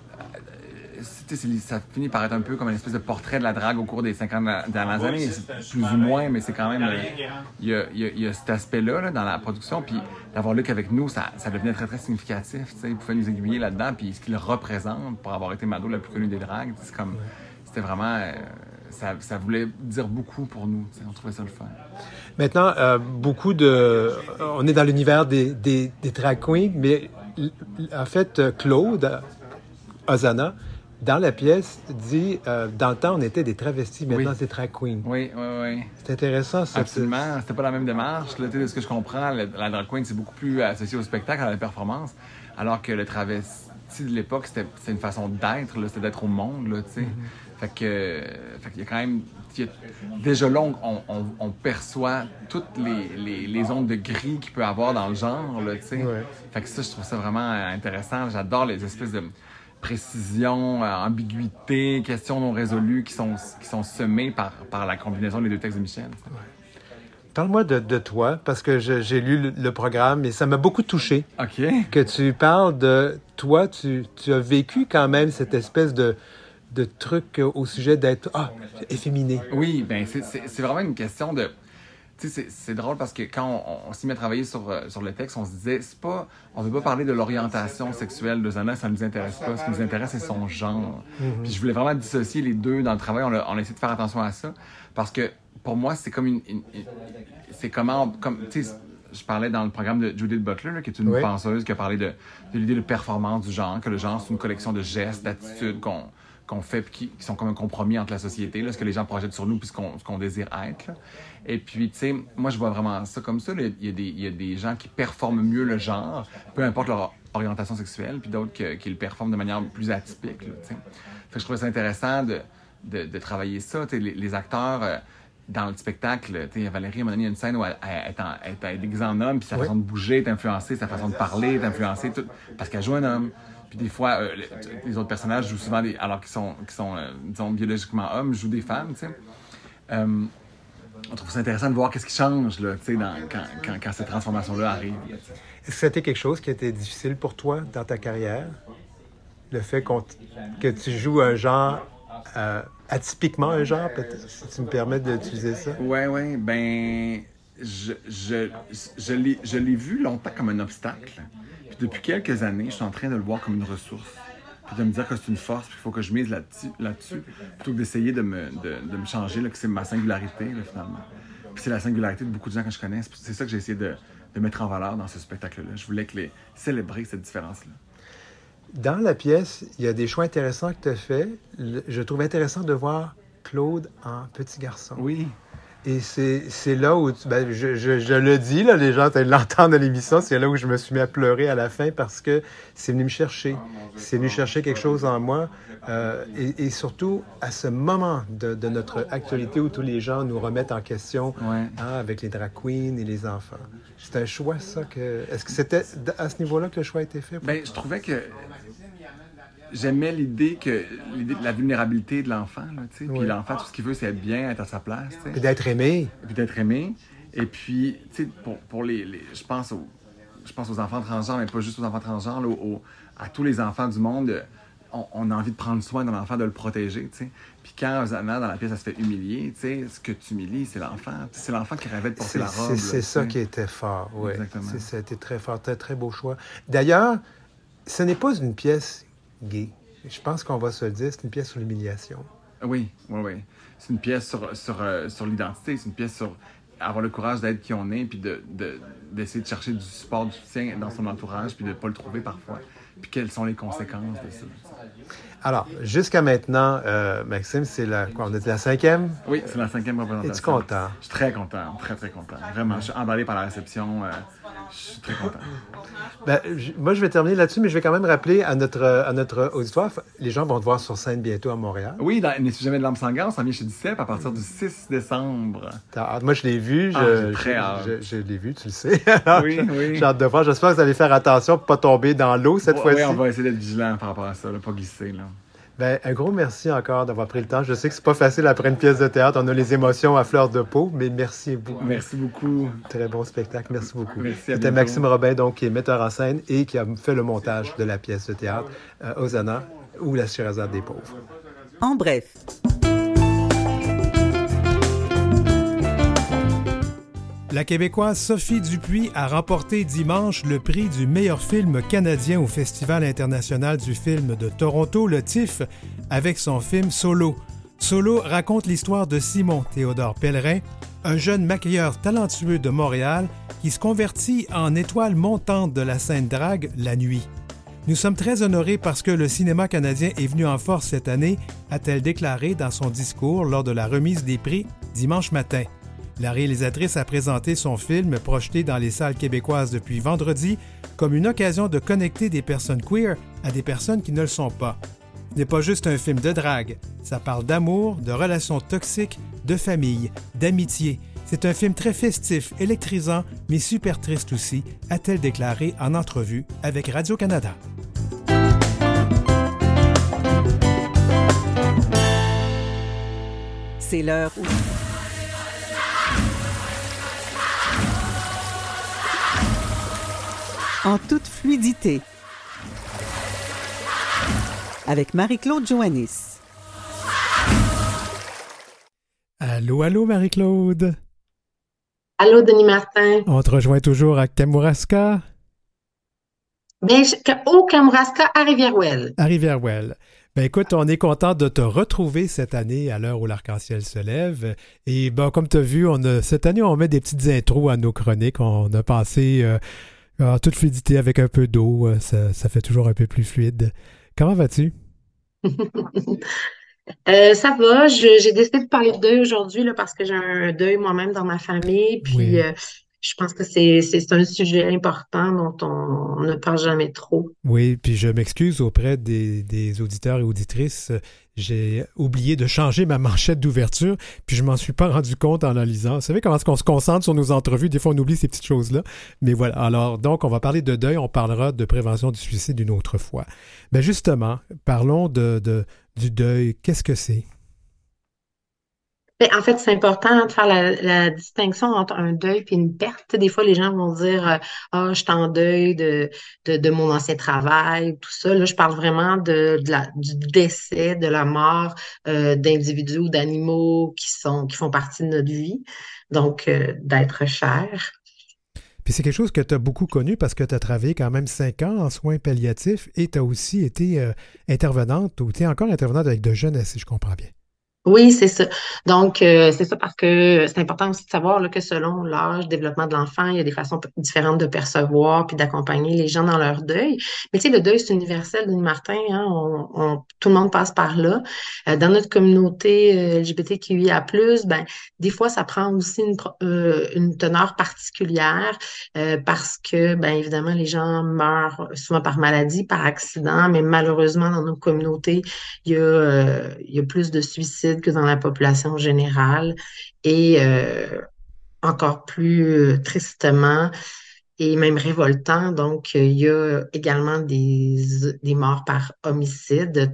ça finit par être un peu comme une espèce de portrait de la drague au cours des 50 dernières années, plus ou moins, mais c'est quand même... Il y a cet aspect-là là, dans la production, puis d'avoir Luc avec nous, ça devenait très, très significatif. Il pouvait nous aiguiller là-dedans, puis ce qu'il représente pour avoir été Mado la plus connue des dragues, c'était vraiment... Ça voulait dire beaucoup pour nous. On trouvait ça le fun. Maintenant, on est dans l'univers des drag queens, mais en fait, Claude Ozana, dans la pièce, dit dans le temps, on était des travestis, maintenant, c'est drag queens. Oui. C'est intéressant, ça. Absolument. C'était pas la même démarche. Là, de ce que je comprends, la drag queen, c'est beaucoup plus associé au spectacle, à la performance, alors que le travesti de l'époque, c'était une façon d'être, c'était d'être au monde, là, tu sais. Fait qu'il y a quand même... Déjà là, on perçoit toutes les ondes de gris qu'il peut avoir dans le genre, là, tu sais. Ouais. Fait que ça, je trouve ça vraiment intéressant. J'adore les espèces de précision, ambiguïté, questions non résolues qui sont semées par la combinaison des deux textes de Michel. Ouais. Parle-moi de toi, parce que j'ai lu le programme et ça m'a beaucoup touché. OK. Que tu parles de toi, tu as vécu quand même cette espèce de trucs au sujet d'être efféminé. Oui, ben c'est vraiment une question de... Tu sais, c'est drôle parce que quand on s'y met à travailler sur le texte, on se disait, on ne veut pas parler de l'orientation sexuelle de Zana, ça ne nous intéresse pas. Ce qui nous intéresse, c'est son genre. Puis je voulais vraiment dissocier les deux dans le travail. On a essayé de faire attention à ça parce que pour moi, c'est comme c'est comme tu sais, je parlais dans le programme de Judith Butler, là, qui est une penseuse qui a parlé de l'idée de performance du genre, que le genre, c'est une collection de gestes, d'attitudes qu'on fait puis qui sont comme un compromis entre la société, là, ce que les gens projettent sur nous puis ce qu'on désire être. Là. Et puis, tu sais, moi, je vois vraiment ça comme ça. Il y a des gens qui performent mieux le genre, peu importe leur orientation sexuelle, puis d'autres qui le performent de manière plus atypique. Là, fait que je trouvais ça intéressant de travailler ça. Les acteurs... dans le spectacle, tu sais, Valérie, à un moment donné, il y a une scène où elle est déguisée en homme, puis sa façon de bouger est influencée, sa façon de parler est influencée, tout, parce qu'elle joue un homme. Puis des fois, les autres personnages jouent souvent, alors qu'ils sont disons, biologiquement hommes, jouent des femmes, tu sais. On trouve ça intéressant de voir qu'est-ce qui change, là, tu sais, quand cette transformation-là arrive. Là, est-ce que c'était quelque chose qui a été difficile pour toi dans ta carrière? Le fait que tu joues un genre... atypiquement un genre, peut-être, si tu me permets d'utiliser ça. Oui, ben, je l'ai vu longtemps comme un obstacle. Puis depuis quelques années, je suis en train de le voir comme une ressource. Puis de me dire que c'est une force, puis il faut que je mise là-dessus, plutôt que d'essayer de me changer, là, que c'est ma singularité, là, finalement. Puis c'est la singularité de beaucoup de gens que je connais. C'est ça que j'ai essayé de mettre en valeur dans ce spectacle-là. Je voulais célébrer cette différence-là. Dans la pièce, il y a des choix intéressants que tu as faits. Je trouve intéressant de voir Claude en petit garçon. Oui. Et c'est là où, je le dis, là, les gens l'entendent à l'émission, c'est là où je me suis mis à pleurer à la fin parce que c'est venu me chercher. C'est venu chercher quelque chose en moi. Et surtout, à ce moment de notre actualité où tous les gens nous remettent en question avec les drag queens et les enfants. C'est un choix, ça. Est-ce que c'était à ce niveau-là que le choix a été fait? Bien, je trouvais que j'aimais l'idée de la vulnérabilité de l'enfant, là, tu sais. Puis l'enfant, tout ce qu'il veut, c'est être bien, être à sa place, tu sais. Puis d'être aimé. Et puis, tu sais, pour je pense aux enfants transgenres, mais pas juste aux enfants transgenres, là, à tous les enfants du monde, on a envie de prendre soin de l'enfant, de le protéger, tu sais. Puis quand Zana, dans la pièce, elle se fait humilier, tu sais, ce que tu humilies, c'est l'enfant. C'est l'enfant qui rêvait de porter la robe. C'est ça qui était fort, oui. Exactement. Ça a été très fort, très, très beau choix. D'ailleurs, ce n'est pas une pièce gay. Je pense qu'on va se le dire, c'est une pièce sur l'humiliation. Oui. C'est une pièce sur l'identité, c'est une pièce sur avoir le courage d'être qui on est, puis d'essayer de chercher du support, du soutien dans son entourage, puis de ne pas le trouver parfois. puis quelles sont les conséquences de ça. Alors, jusqu'à maintenant, Maxime, on était la 5e? Oui, c'est la 5e représentation. Es-tu content? Je suis très content, très, très content. Vraiment, je suis emballé par la réception. Je suis très content. Ben, moi, je vais terminer là-dessus, mais je vais quand même rappeler à notre auditoire, les gens vont te voir sur scène bientôt à Montréal. Oui, dans N'es-tu jamais de l'âme sanglante, on s'en vient chez Duceppe à partir du 6 décembre. Moi, je l'ai vu. J'ai très hâte. Je l'ai vu, tu le sais. Oui. J'ai hâte de voir. J'espère que vous allez faire attention pour ne pas tomber dans l'eau cette fois-ci. Oui, on va essayer d'être vigilant par rapport à ça, pas glisser. Là. Ben, un gros merci encore d'avoir pris le temps. Je sais que c'est pas facile après une pièce de théâtre. On a les émotions à fleur de peau, mais merci beaucoup. Merci beaucoup. Très bon spectacle. Merci beaucoup. Merci. C'était Maxime Robin, donc, qui est metteur en scène et qui a fait le montage de la pièce de théâtre Hosanna ou La Scheherazade des pauvres. En bref. La Québécoise Sophie Dupuis a remporté dimanche le prix du meilleur film canadien au Festival international du film de Toronto, le TIFF, avec son film Solo. Solo raconte l'histoire de Simon Théodore Pellerin, un jeune maquilleur talentueux de Montréal qui se convertit en étoile montante de la scène drague la nuit. Nous sommes très honorés parce que le cinéma canadien est venu en force cette année, a-t-elle déclaré dans son discours lors de la remise des prix dimanche matin. La réalisatrice a présenté son film, projeté dans les salles québécoises depuis vendredi, comme une occasion de connecter des personnes queer à des personnes qui ne le sont pas. Ce n'est pas juste un film de drague, ça parle d'amour, de relations toxiques, de famille, d'amitié. C'est un film très festif, électrisant, mais super triste aussi, a-t-elle déclaré en entrevue avec Radio-Canada. C'est l'heure où... En toute fluidité. Avec Marie-Claude Joannis. Allô, Marie-Claude. Allô, Denis Martin. On te rejoint toujours à Kamouraska. Bien, au Kamouraska, à Rivière-Ouelle. À Rivière-Ouelle. Ben écoute, on est content de te retrouver cette année à l'heure où l'arc-en-ciel se lève. Et ben, comme tu as vu, cette année, on met des petites intros à nos chroniques. On a pensé en toute fluidité avec un peu d'eau. Ça fait toujours un peu plus fluide. Comment vas-tu? Ça va. J'ai décidé de parler de deuil aujourd'hui là, parce que j'ai un deuil moi-même dans ma famille. Puis Oui. je pense que c'est un sujet important dont on ne parle jamais trop. Oui, puis je m'excuse auprès des auditeurs et auditrices. J'ai oublié de changer ma manchette d'ouverture, puis je m'en suis pas rendu compte en la lisant. Vous savez comment est-ce qu'on se concentre sur nos entrevues? Des fois, on oublie ces petites choses-là. Mais voilà, alors, donc, on va parler de deuil, on parlera de prévention du suicide une autre fois. Mais justement, parlons du deuil. Qu'est-ce que c'est? Mais en fait, c'est important de faire la distinction entre un deuil et une perte. Tu sais, des fois, les gens vont dire je suis en deuil de mon ancien travail, tout ça. Là, je parle vraiment du décès, de la mort d'individus ou d'animaux qui font partie de notre vie. Donc, d'être cher. Puis c'est quelque chose que tu as beaucoup connu parce que tu as travaillé quand même 5 ans en soins palliatifs et tu as aussi été intervenante ou tu es encore intervenante avec de jeunes, si je comprends bien. Oui, c'est ça. Donc, c'est ça parce que c'est important aussi de savoir là, que selon l'âge, le développement de l'enfant, il y a des façons différentes de percevoir puis d'accompagner les gens dans leur deuil. Mais tu sais, le deuil, c'est universel, Denis Martin, hein, tout le monde passe par là. Dans notre communauté LGBTQIA+, ben, des fois, ça prend aussi une teneur particulière parce que, ben, évidemment, les gens meurent souvent par maladie, par accident, mais malheureusement, dans nos communautés, il y a plus de suicides que dans la population générale et encore plus tristement et même révoltant. Donc, il y a également des morts par homicide,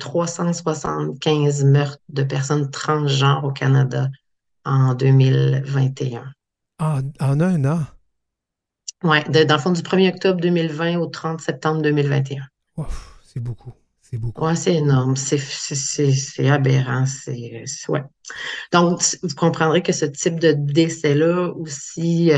375 meurtres de personnes transgenres au Canada en 2021. En un an? Oui, dans le fond, du 1er octobre 2020 au 30 septembre 2021. Ouf, c'est beaucoup. C'est beaucoup. Ouais, c'est énorme. C'est aberrant. Ouais. Donc, vous comprendrez que ce type de décès-là aussi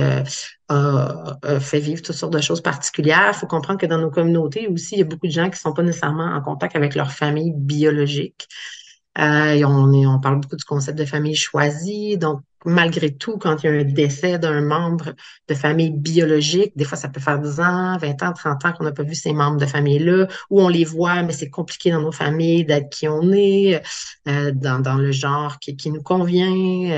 fait vivre toutes sortes de choses particulières. Il faut comprendre que dans nos communautés aussi, il y a beaucoup de gens qui ne sont pas nécessairement en contact avec leur famille biologique. Et on parle beaucoup du concept de famille choisie. Donc, malgré tout, quand il y a un décès d'un membre de famille biologique, des fois, ça peut faire 10 ans, 20 ans, 30 ans qu'on n'a pas vu ces membres de famille-là, ou on les voit, mais c'est compliqué dans nos familles d'être qui on est, dans le genre qui nous convient,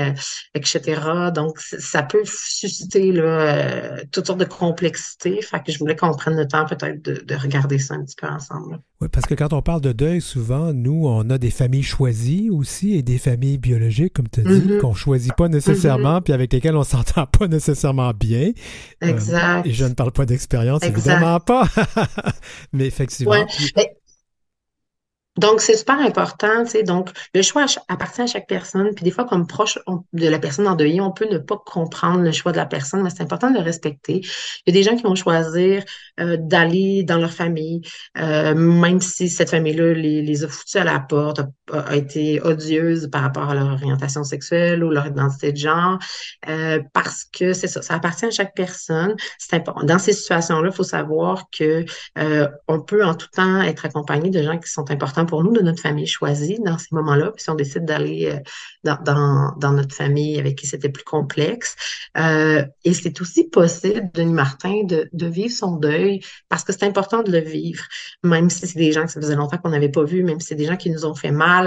etc. Donc, ça peut susciter là, toutes sortes de complexités. Fait que je voulais qu'on prenne le temps peut-être de regarder ça un petit peu ensemble. Oui, parce que quand on parle de deuil, souvent, nous, on a des familles choisies aussi et des familles biologiques, comme tu as dit, qu'on ne choisit pas nécessairement, puis avec lesquelles on ne s'entend pas nécessairement bien. Exact. Et je ne parle pas d'expérience, évidemment pas. Mais effectivement. Ouais. Donc, c'est super important, tu sais. Donc, le choix appartient à chaque personne. Puis des fois, comme proche de la personne endeuillée, on peut ne pas comprendre le choix de la personne, mais c'est important de le respecter. Il y a des gens qui vont choisir d'aller dans leur famille, même si cette famille-là les a foutus à la porte, a été odieuse par rapport à leur orientation sexuelle ou leur identité de genre, parce que c'est ça, ça appartient à chaque personne. C'est important. Dans ces situations-là, il faut savoir que on peut en tout temps être accompagné de gens qui sont importants pour nous, de notre famille choisie dans ces moments-là. Puis si on décide d'aller dans notre famille avec qui c'était plus complexe. Et c'est aussi possible, Denis Martin, de vivre son deuil parce que c'est important de le vivre, même si c'est des gens que ça faisait longtemps qu'on n'avait pas vus, même si c'est des gens qui nous ont fait mal,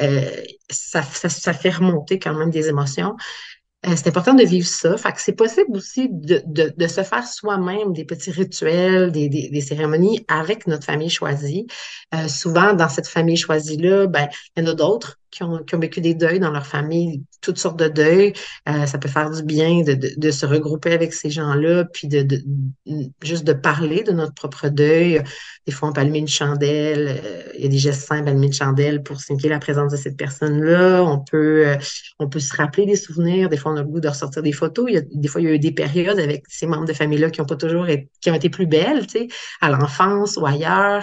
ça fait remonter quand même des émotions. C'est important de vivre ça. Fait que c'est possible aussi de se faire soi-même des petits rituels, des cérémonies avec notre famille choisie. Souvent, dans cette famille choisie-là, ben, il y en a d'autres qui ont vécu des deuils dans leur famille, toutes sortes de deuils. Ça peut faire du bien de se regrouper avec ces gens-là, puis juste de parler de notre propre deuil. Des fois, on peut allumer une chandelle. Il y a des gestes simples, allumer une chandelle pour signifier la présence de cette personne-là. On peut se rappeler des souvenirs. Des fois, on a le goût de ressortir des photos. Des fois, il y a eu des périodes avec ces membres de famille-là qui ont été plus belles, tu sais, à l'enfance ou ailleurs.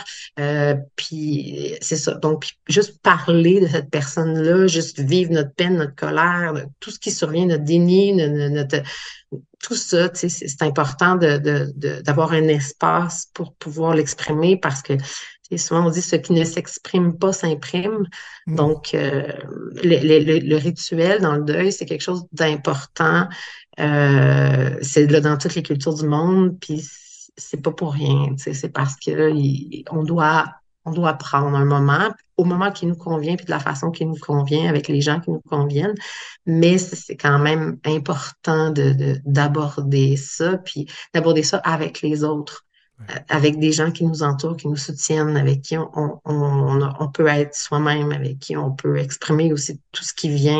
Puis c'est ça. Donc, juste parler de cette personne-là, juste vivre notre peine, notre colère, tout ce qui survient, notre déni, tout ça, tu sais, c'est important d'avoir un espace pour pouvoir l'exprimer parce que souvent on dit ce qui ne s'exprime pas s'imprime. Donc, le rituel dans le deuil, c'est quelque chose d'important. C'est là dans toutes les cultures du monde, puis c'est pas pour rien. C'est parce que on doit prendre un moment, au moment qui nous convient, puis de la façon qui nous convient, avec les gens qui nous conviennent. Mais c'est quand même important d'aborder ça, puis d'aborder ça avec les autres, avec des gens qui nous entourent, qui nous soutiennent, avec qui on peut être soi-même, avec qui on peut exprimer aussi tout ce qui vient.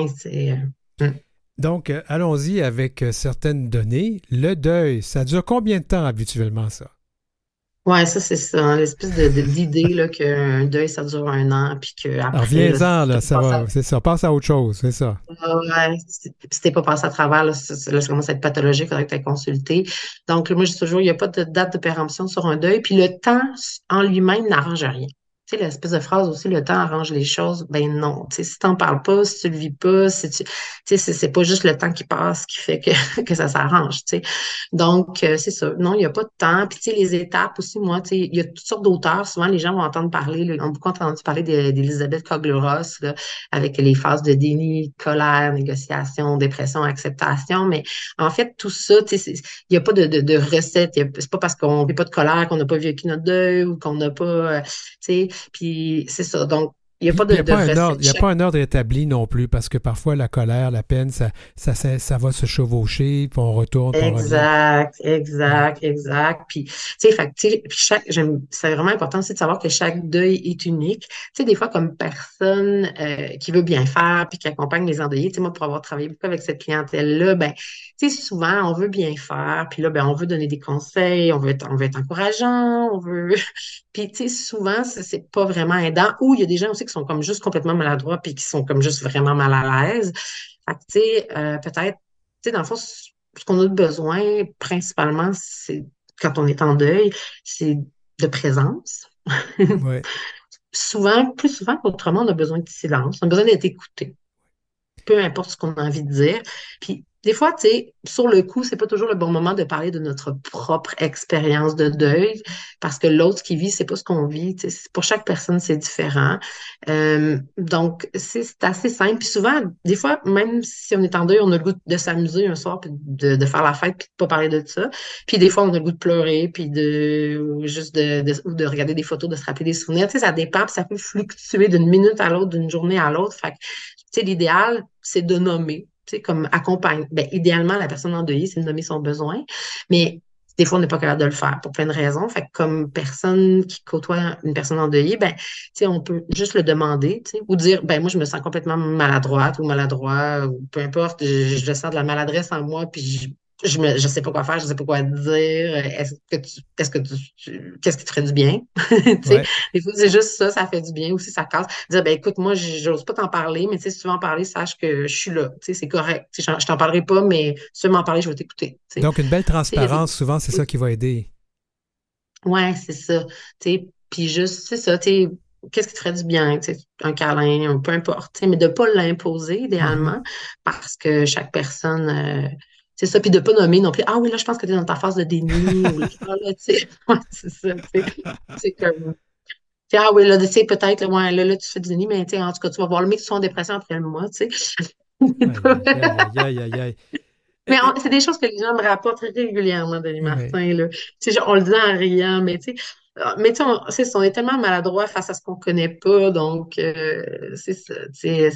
Donc, allons-y avec certaines données. Le deuil, ça dure combien de temps habituellement, ça? Ouais, ça, c'est ça, hein, l'espèce d'idée là, qu'un deuil, ça dure 1 an, puis qu'après... Alors, viens-en, là, ça va, c'est ça, passe à autre chose, c'est ça. Ouais, si t'es pas passé à travers, là, ça commence à être pathologique, il faudrait que tu aies consulté. Donc, moi, je dis toujours, il n'y a pas de date de péremption sur un deuil, puis le temps en lui-même n'arrange rien. Tu sais, l'espèce de phrase aussi, le temps arrange les choses. Ben non. Tu sais, si t'en parles pas, si tu le vis pas, tu sais, c'est pas juste le temps qui passe qui fait que ça s'arrange, tu sais. Donc, c'est ça. Non, il n'y a pas de temps. Puis, tu sais, les étapes aussi, moi, tu sais, il y a toutes sortes d'auteurs. Souvent, les gens vont entendre parler, là, ont beaucoup entendu parler d'Elisabeth Kubler-Ross, là, avec les phases de déni, colère, négociation, dépression, acceptation. Mais en fait, tout ça, tu sais, il n'y a pas de recette. C'est pas parce qu'on vit pas de colère qu'on n'a pas vécu notre deuil ou qu'on n'a pas, tu sais, puis c'est ça. Donc, il n'y a pas de recette. Il n'y a pas un ordre établi non plus, parce que parfois la colère, la peine, ça va se chevaucher, puis on retourne. Exact. Puis, tu sais, c'est vraiment important aussi de savoir que chaque deuil est unique. Tu sais, des fois, comme personne qui veut bien faire, puis qui accompagne les endeuillés, tu sais, moi, pour avoir travaillé beaucoup avec cette clientèle-là, ben, tu sais, souvent, on veut bien faire, puis là, ben, on veut donner des conseils, on veut être encourageant, Puis, tu sais, souvent, c'est pas vraiment aidant. Ou il y a des gens aussi qui sont comme juste complètement maladroits puis qui sont comme juste vraiment mal à l'aise. Fait que, tu sais, peut-être, tu sais, dans le fond, ce qu'on a besoin, principalement, c'est, quand on est en deuil, c'est de présence. Ouais. Plus souvent qu'autrement, on a besoin de silence. On a besoin d'être écouté. peu importe ce qu'on a envie de dire. Puis des fois, tu sais, sur le coup, c'est pas toujours le bon moment de parler de notre propre expérience de deuil, parce que l'autre qui vit, c'est pas ce qu'on vit. Tu sais, pour chaque personne, c'est différent. Donc, c'est assez simple. Puis souvent, des fois, même si on est en deuil, on a le goût de s'amuser un soir, puis de faire la fête, puis de pas parler de ça. Puis des fois, on a le goût de pleurer, puis ou juste ou de regarder des photos, de se rappeler des souvenirs. Tu sais, ça dépend, puis ça peut fluctuer d'une minute à l'autre, d'une journée à l'autre. Fait que, tu sais, l'idéal, c'est de nommer. Tu sais, comme accompagne. Ben, idéalement, la personne endeuillée, c'est de nommer son besoin. Mais des fois, on n'est pas capable de le faire pour plein de raisons. Fait que comme personne qui côtoie une personne endeuillée, ben, tu sais, on peut juste le demander, tu sais, ou dire, ben, moi, je me sens complètement maladroite ou maladroit, ou peu importe, je sens de la maladresse en moi, puis je sais pas quoi faire, je sais pas quoi dire. Qu'est-ce qui te ferait du bien? Tu sais, Ouais. des fois, c'est juste ça, ça fait du bien aussi, ça casse. Dire, ben, écoute, moi, j'ose pas t'en parler, mais tu sais, si tu veux en parler, sache que je suis là. Tu sais, c'est correct. Tu sais, je t'en parlerai pas, mais si tu veux m'en parler, je vais t'écouter. Tu sais. Donc, une belle Tu sais, il y a des- transparence, souvent, c'est ça qui va aider. Ouais, c'est ça. Tu sais, puis juste, c'est ça, tu sais, qu'est-ce qui te ferait du bien, tu sais, un câlin, peu importe, tu sais, mais de pas l'imposer Mhm. idéalement, parce que chaque personne, c'est ça, puis de pas nommer non plus, ah oui, là, je pense que tu es dans ta phase de déni, ou là, là, tu sais, ouais, c'est ça, tu sais, c'est comme, tu sais, ah oui, là, tu sais, peut-être, là, ouais, là, tu fais du déni, mais tu sais, en tout cas, tu vas voir le mec qui sont en dépression après le mois, tu sais. Aïe, aïe, aïe, aïe, aïe, aïe, aïe. Mais c'est des choses que les gens me rapportent régulièrement, Denis Ouais. Martin, là. Tu sais, on le dit en riant, mais tu sais, on est tellement maladroit face à ce qu'on connaît pas, donc c'est ça, tu sais,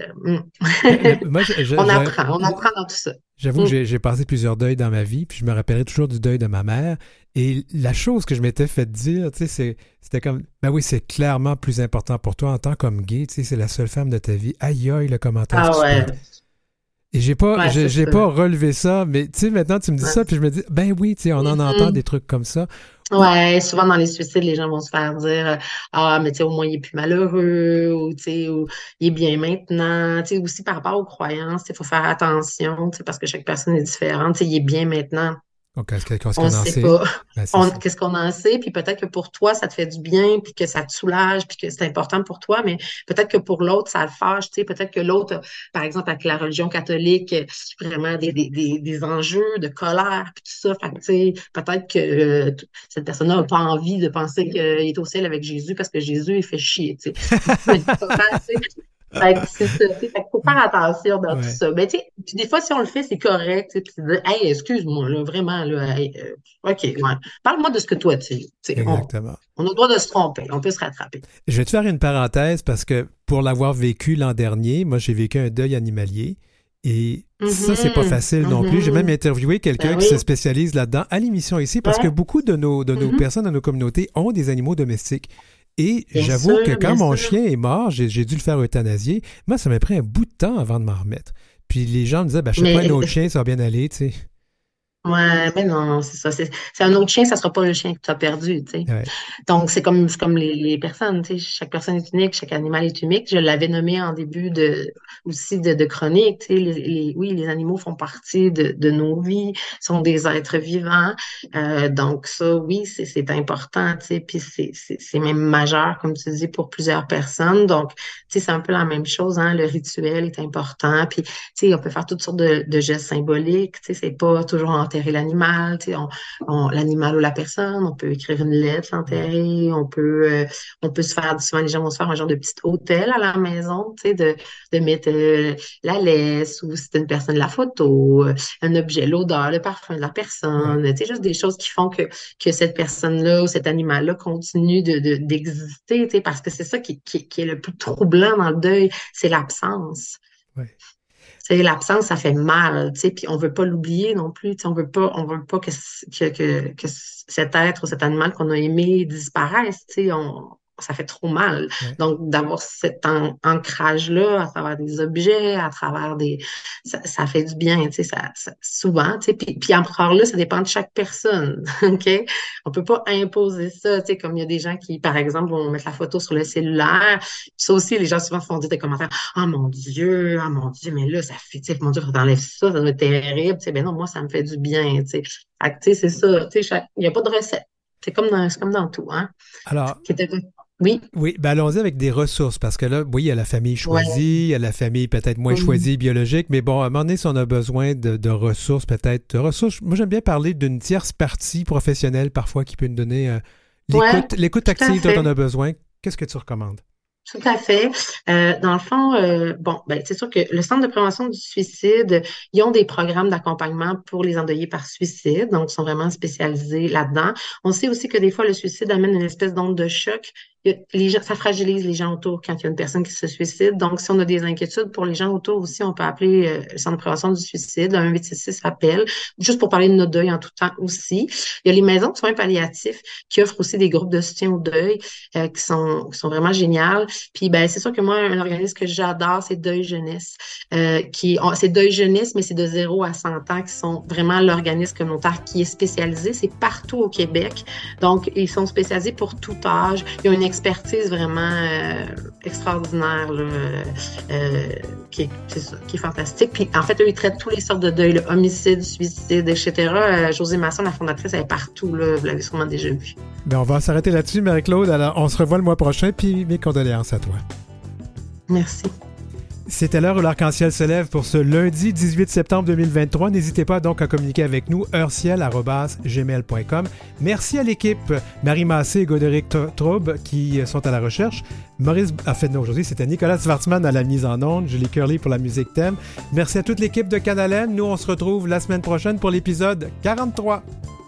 Moi, on apprend dans tout ça. j'avoue que j'ai passé plusieurs deuils dans ma vie, puis je me rappellerai toujours du deuil de ma mère. Et la chose que je m'étais fait dire, tu sais, c'était comme, ben oui, c'est clairement plus important pour toi en tant qu'homme gay, tu sais, c'est la seule femme de ta vie. Aïe, aïe, le commentaire que Ah tu ouais, portes. Et j'ai pas, ouais, c'est j'ai ça. pas relevé ça, mais tu sais, maintenant tu me dis Ouais. ça, puis je me dis, ben oui, tu sais, on en entend des trucs comme ça. Ouais, souvent dans les suicides, les gens vont se faire dire ah, mais tu sais, au moins il est plus malheureux, ou tu sais, ou il est bien maintenant. Tu sais, aussi par rapport aux croyances, il faut faire attention, tu sais, parce que chaque personne est différente. Tu sais, il est bien maintenant. Donc, qu'est-ce On qu'on ne en sait sait? pas. Ben, c'est ça. Qu'est-ce qu'on en sait, puis peut-être que pour toi, ça te fait du bien, puis que ça te soulage, puis que c'est important pour toi, mais peut-être que pour l'autre, ça le fâche, tu sais, peut-être que l'autre, par exemple, avec la religion catholique, vraiment des enjeux de colère, puis tout ça, fait que, tu sais, peut-être que cette personne-là n'a pas envie de penser qu'il est au ciel avec Jésus parce que Jésus, il fait chier, tu sais. Fait que c'est ça, tu sais, fait qu'il faut faire attention dans tout Ouais, ça. Mais tu sais, puis des fois, si on le fait, c'est correct, tu sais, puis dire, hey, excuse-moi, là, vraiment, là, hey, OK, ouais. Parle-moi de ce que toi, tu sais, exactement. on a le droit de se tromper, on peut se rattraper. Je vais te faire une parenthèse parce que pour l'avoir vécu l'an dernier, moi j'ai vécu un deuil animalier et ça, c'est pas facile non plus. J'ai même interviewé quelqu'un Ben qui se oui. spécialise là-dedans à l'émission ici parce que Ouais. beaucoup de nos personnes dans nos communautés ont des animaux domestiques. Et Bien j'avoue que sûr, quand bien mon sûr. chien est mort, j'ai dû le faire euthanasier. Moi, ça m'a pris un bout de temps avant de m'en remettre. Puis les gens me disaient, ben, je sais pas, un Mais autre chien, ça va bien aller, tu sais. ouais, mais non, c'est ça. C'est un autre chien, ça sera pas le chien que tu as perdu, tu sais. Ouais. Donc, c'est comme les personnes, tu sais. Chaque personne est unique, chaque animal est unique. Je l'avais nommé en début aussi de chronique, tu sais. Oui, les animaux font partie de nos vies, sont des êtres vivants. Donc, ça, oui, c'est important, tu sais. Puis c'est même majeur, comme tu dis, pour plusieurs personnes. Donc, tu sais, c'est un peu la même chose, hein. Le rituel est important. Puis, tu sais, on peut faire toutes sortes de gestes symboliques. Tu sais, c'est pas toujours enterrer l'animal. Tu sais, l'animal ou la personne. On peut écrire une lettre, l'enterrer. On peut se faire, souvent les gens vont se faire un genre de petit hôtel à la maison. Tu sais, de mettre la laisse ou si c'est une personne, la photo, un objet, l'odeur, le parfum de la Ouais. personne. Tu sais, juste des choses qui font que cette personne-là ou cet animal-là continue d'exister. Tu sais, parce que c'est ça qui est le plus troublant dans le deuil, c'est l'absence. Ouais. Tu sais, l'absence, ça fait mal, tu sais, puis on veut pas l'oublier non plus, tu sais, on veut pas que cet être ou cet animal qu'on a aimé disparaisse, tu sais, ça fait trop mal. Ouais. Donc, d'avoir cet ancrage-là à travers des objets, à travers ça fait du bien, tu sais, souvent, tu sais, puis encore là, ça dépend de chaque personne, OK? On peut pas imposer ça, tu sais, comme il y a des gens qui, par exemple, vont mettre la photo sur le cellulaire, puis ça aussi, les gens souvent font dire des commentaires, ah mon Dieu, mais là, ça fait, tu sais, mon Dieu, faut t'enlèves ça, ça doit être terrible. Tu sais, ben non, moi, ça me fait du bien, tu sais. Fait que, tu sais, c'est ça, tu sais, il n'y a pas de recette. C'est comme dans tout, hein. Alors, Qui était- Oui. Oui, ben allons-y avec des ressources, parce que là, oui, il y a la famille choisie, il y a la famille peut-être moins choisie, biologique, mais bon, à un moment donné, si on a besoin de ressources, peut-être, moi j'aime bien parler d'une tierce partie professionnelle parfois qui peut nous donner l'écoute active dont on a besoin. Qu'est-ce que tu recommandes? Tout à fait. Dans le fond, c'est sûr que le Centre de prévention du suicide, ils ont des programmes d'accompagnement pour les endeuillés par suicide, donc ils sont vraiment spécialisés là-dedans. On sait aussi que des fois, le suicide amène une espèce d'onde de choc. Ça fragilise les gens autour quand il y a une personne qui se suicide. Donc, si on a des inquiétudes pour les gens autour aussi, on peut appeler le Centre de prévention du suicide, 1-866 appel, juste pour parler de notre deuil en tout temps aussi. Il y a les maisons de soins palliatifs qui offrent aussi des groupes de soutien au deuil qui sont vraiment géniales. Puis, c'est sûr que moi, un organisme que j'adore, c'est Deuil Jeunesse. C'est Deuil Jeunesse, mais c'est de 0 à 100 ans qui sont vraiment l'organisme communautaire qui est spécialisé. C'est partout au Québec. Donc, ils sont spécialisés pour tout âge. Ils ont une expertise vraiment extraordinaire qui est fantastique. Puis en fait, eux, ils traitent toutes les sortes de deuil, le homicide, suicide, etc. Josée Masson, la fondatrice, elle est partout. Là, vous l'avez sûrement déjà vu. Bien, on va s'arrêter là-dessus, Marie-Claude. Alors, on se revoit le mois prochain, puis mes condoléances à toi. Merci. C'était l'heure où l'arc-en-ciel se lève pour ce lundi 18 septembre 2023. N'hésitez pas donc à communiquer avec nous, heurciel@gmail.com. Merci à l'équipe Marie Massé et Godéric Traube qui sont à la recherche. Aujourd'hui, c'était Nicolas Schwartzmann à la mise en onde, Julie Curley pour la musique thème. Merci à toute l'équipe de Canal M. Nous, on se retrouve la semaine prochaine pour l'épisode 43.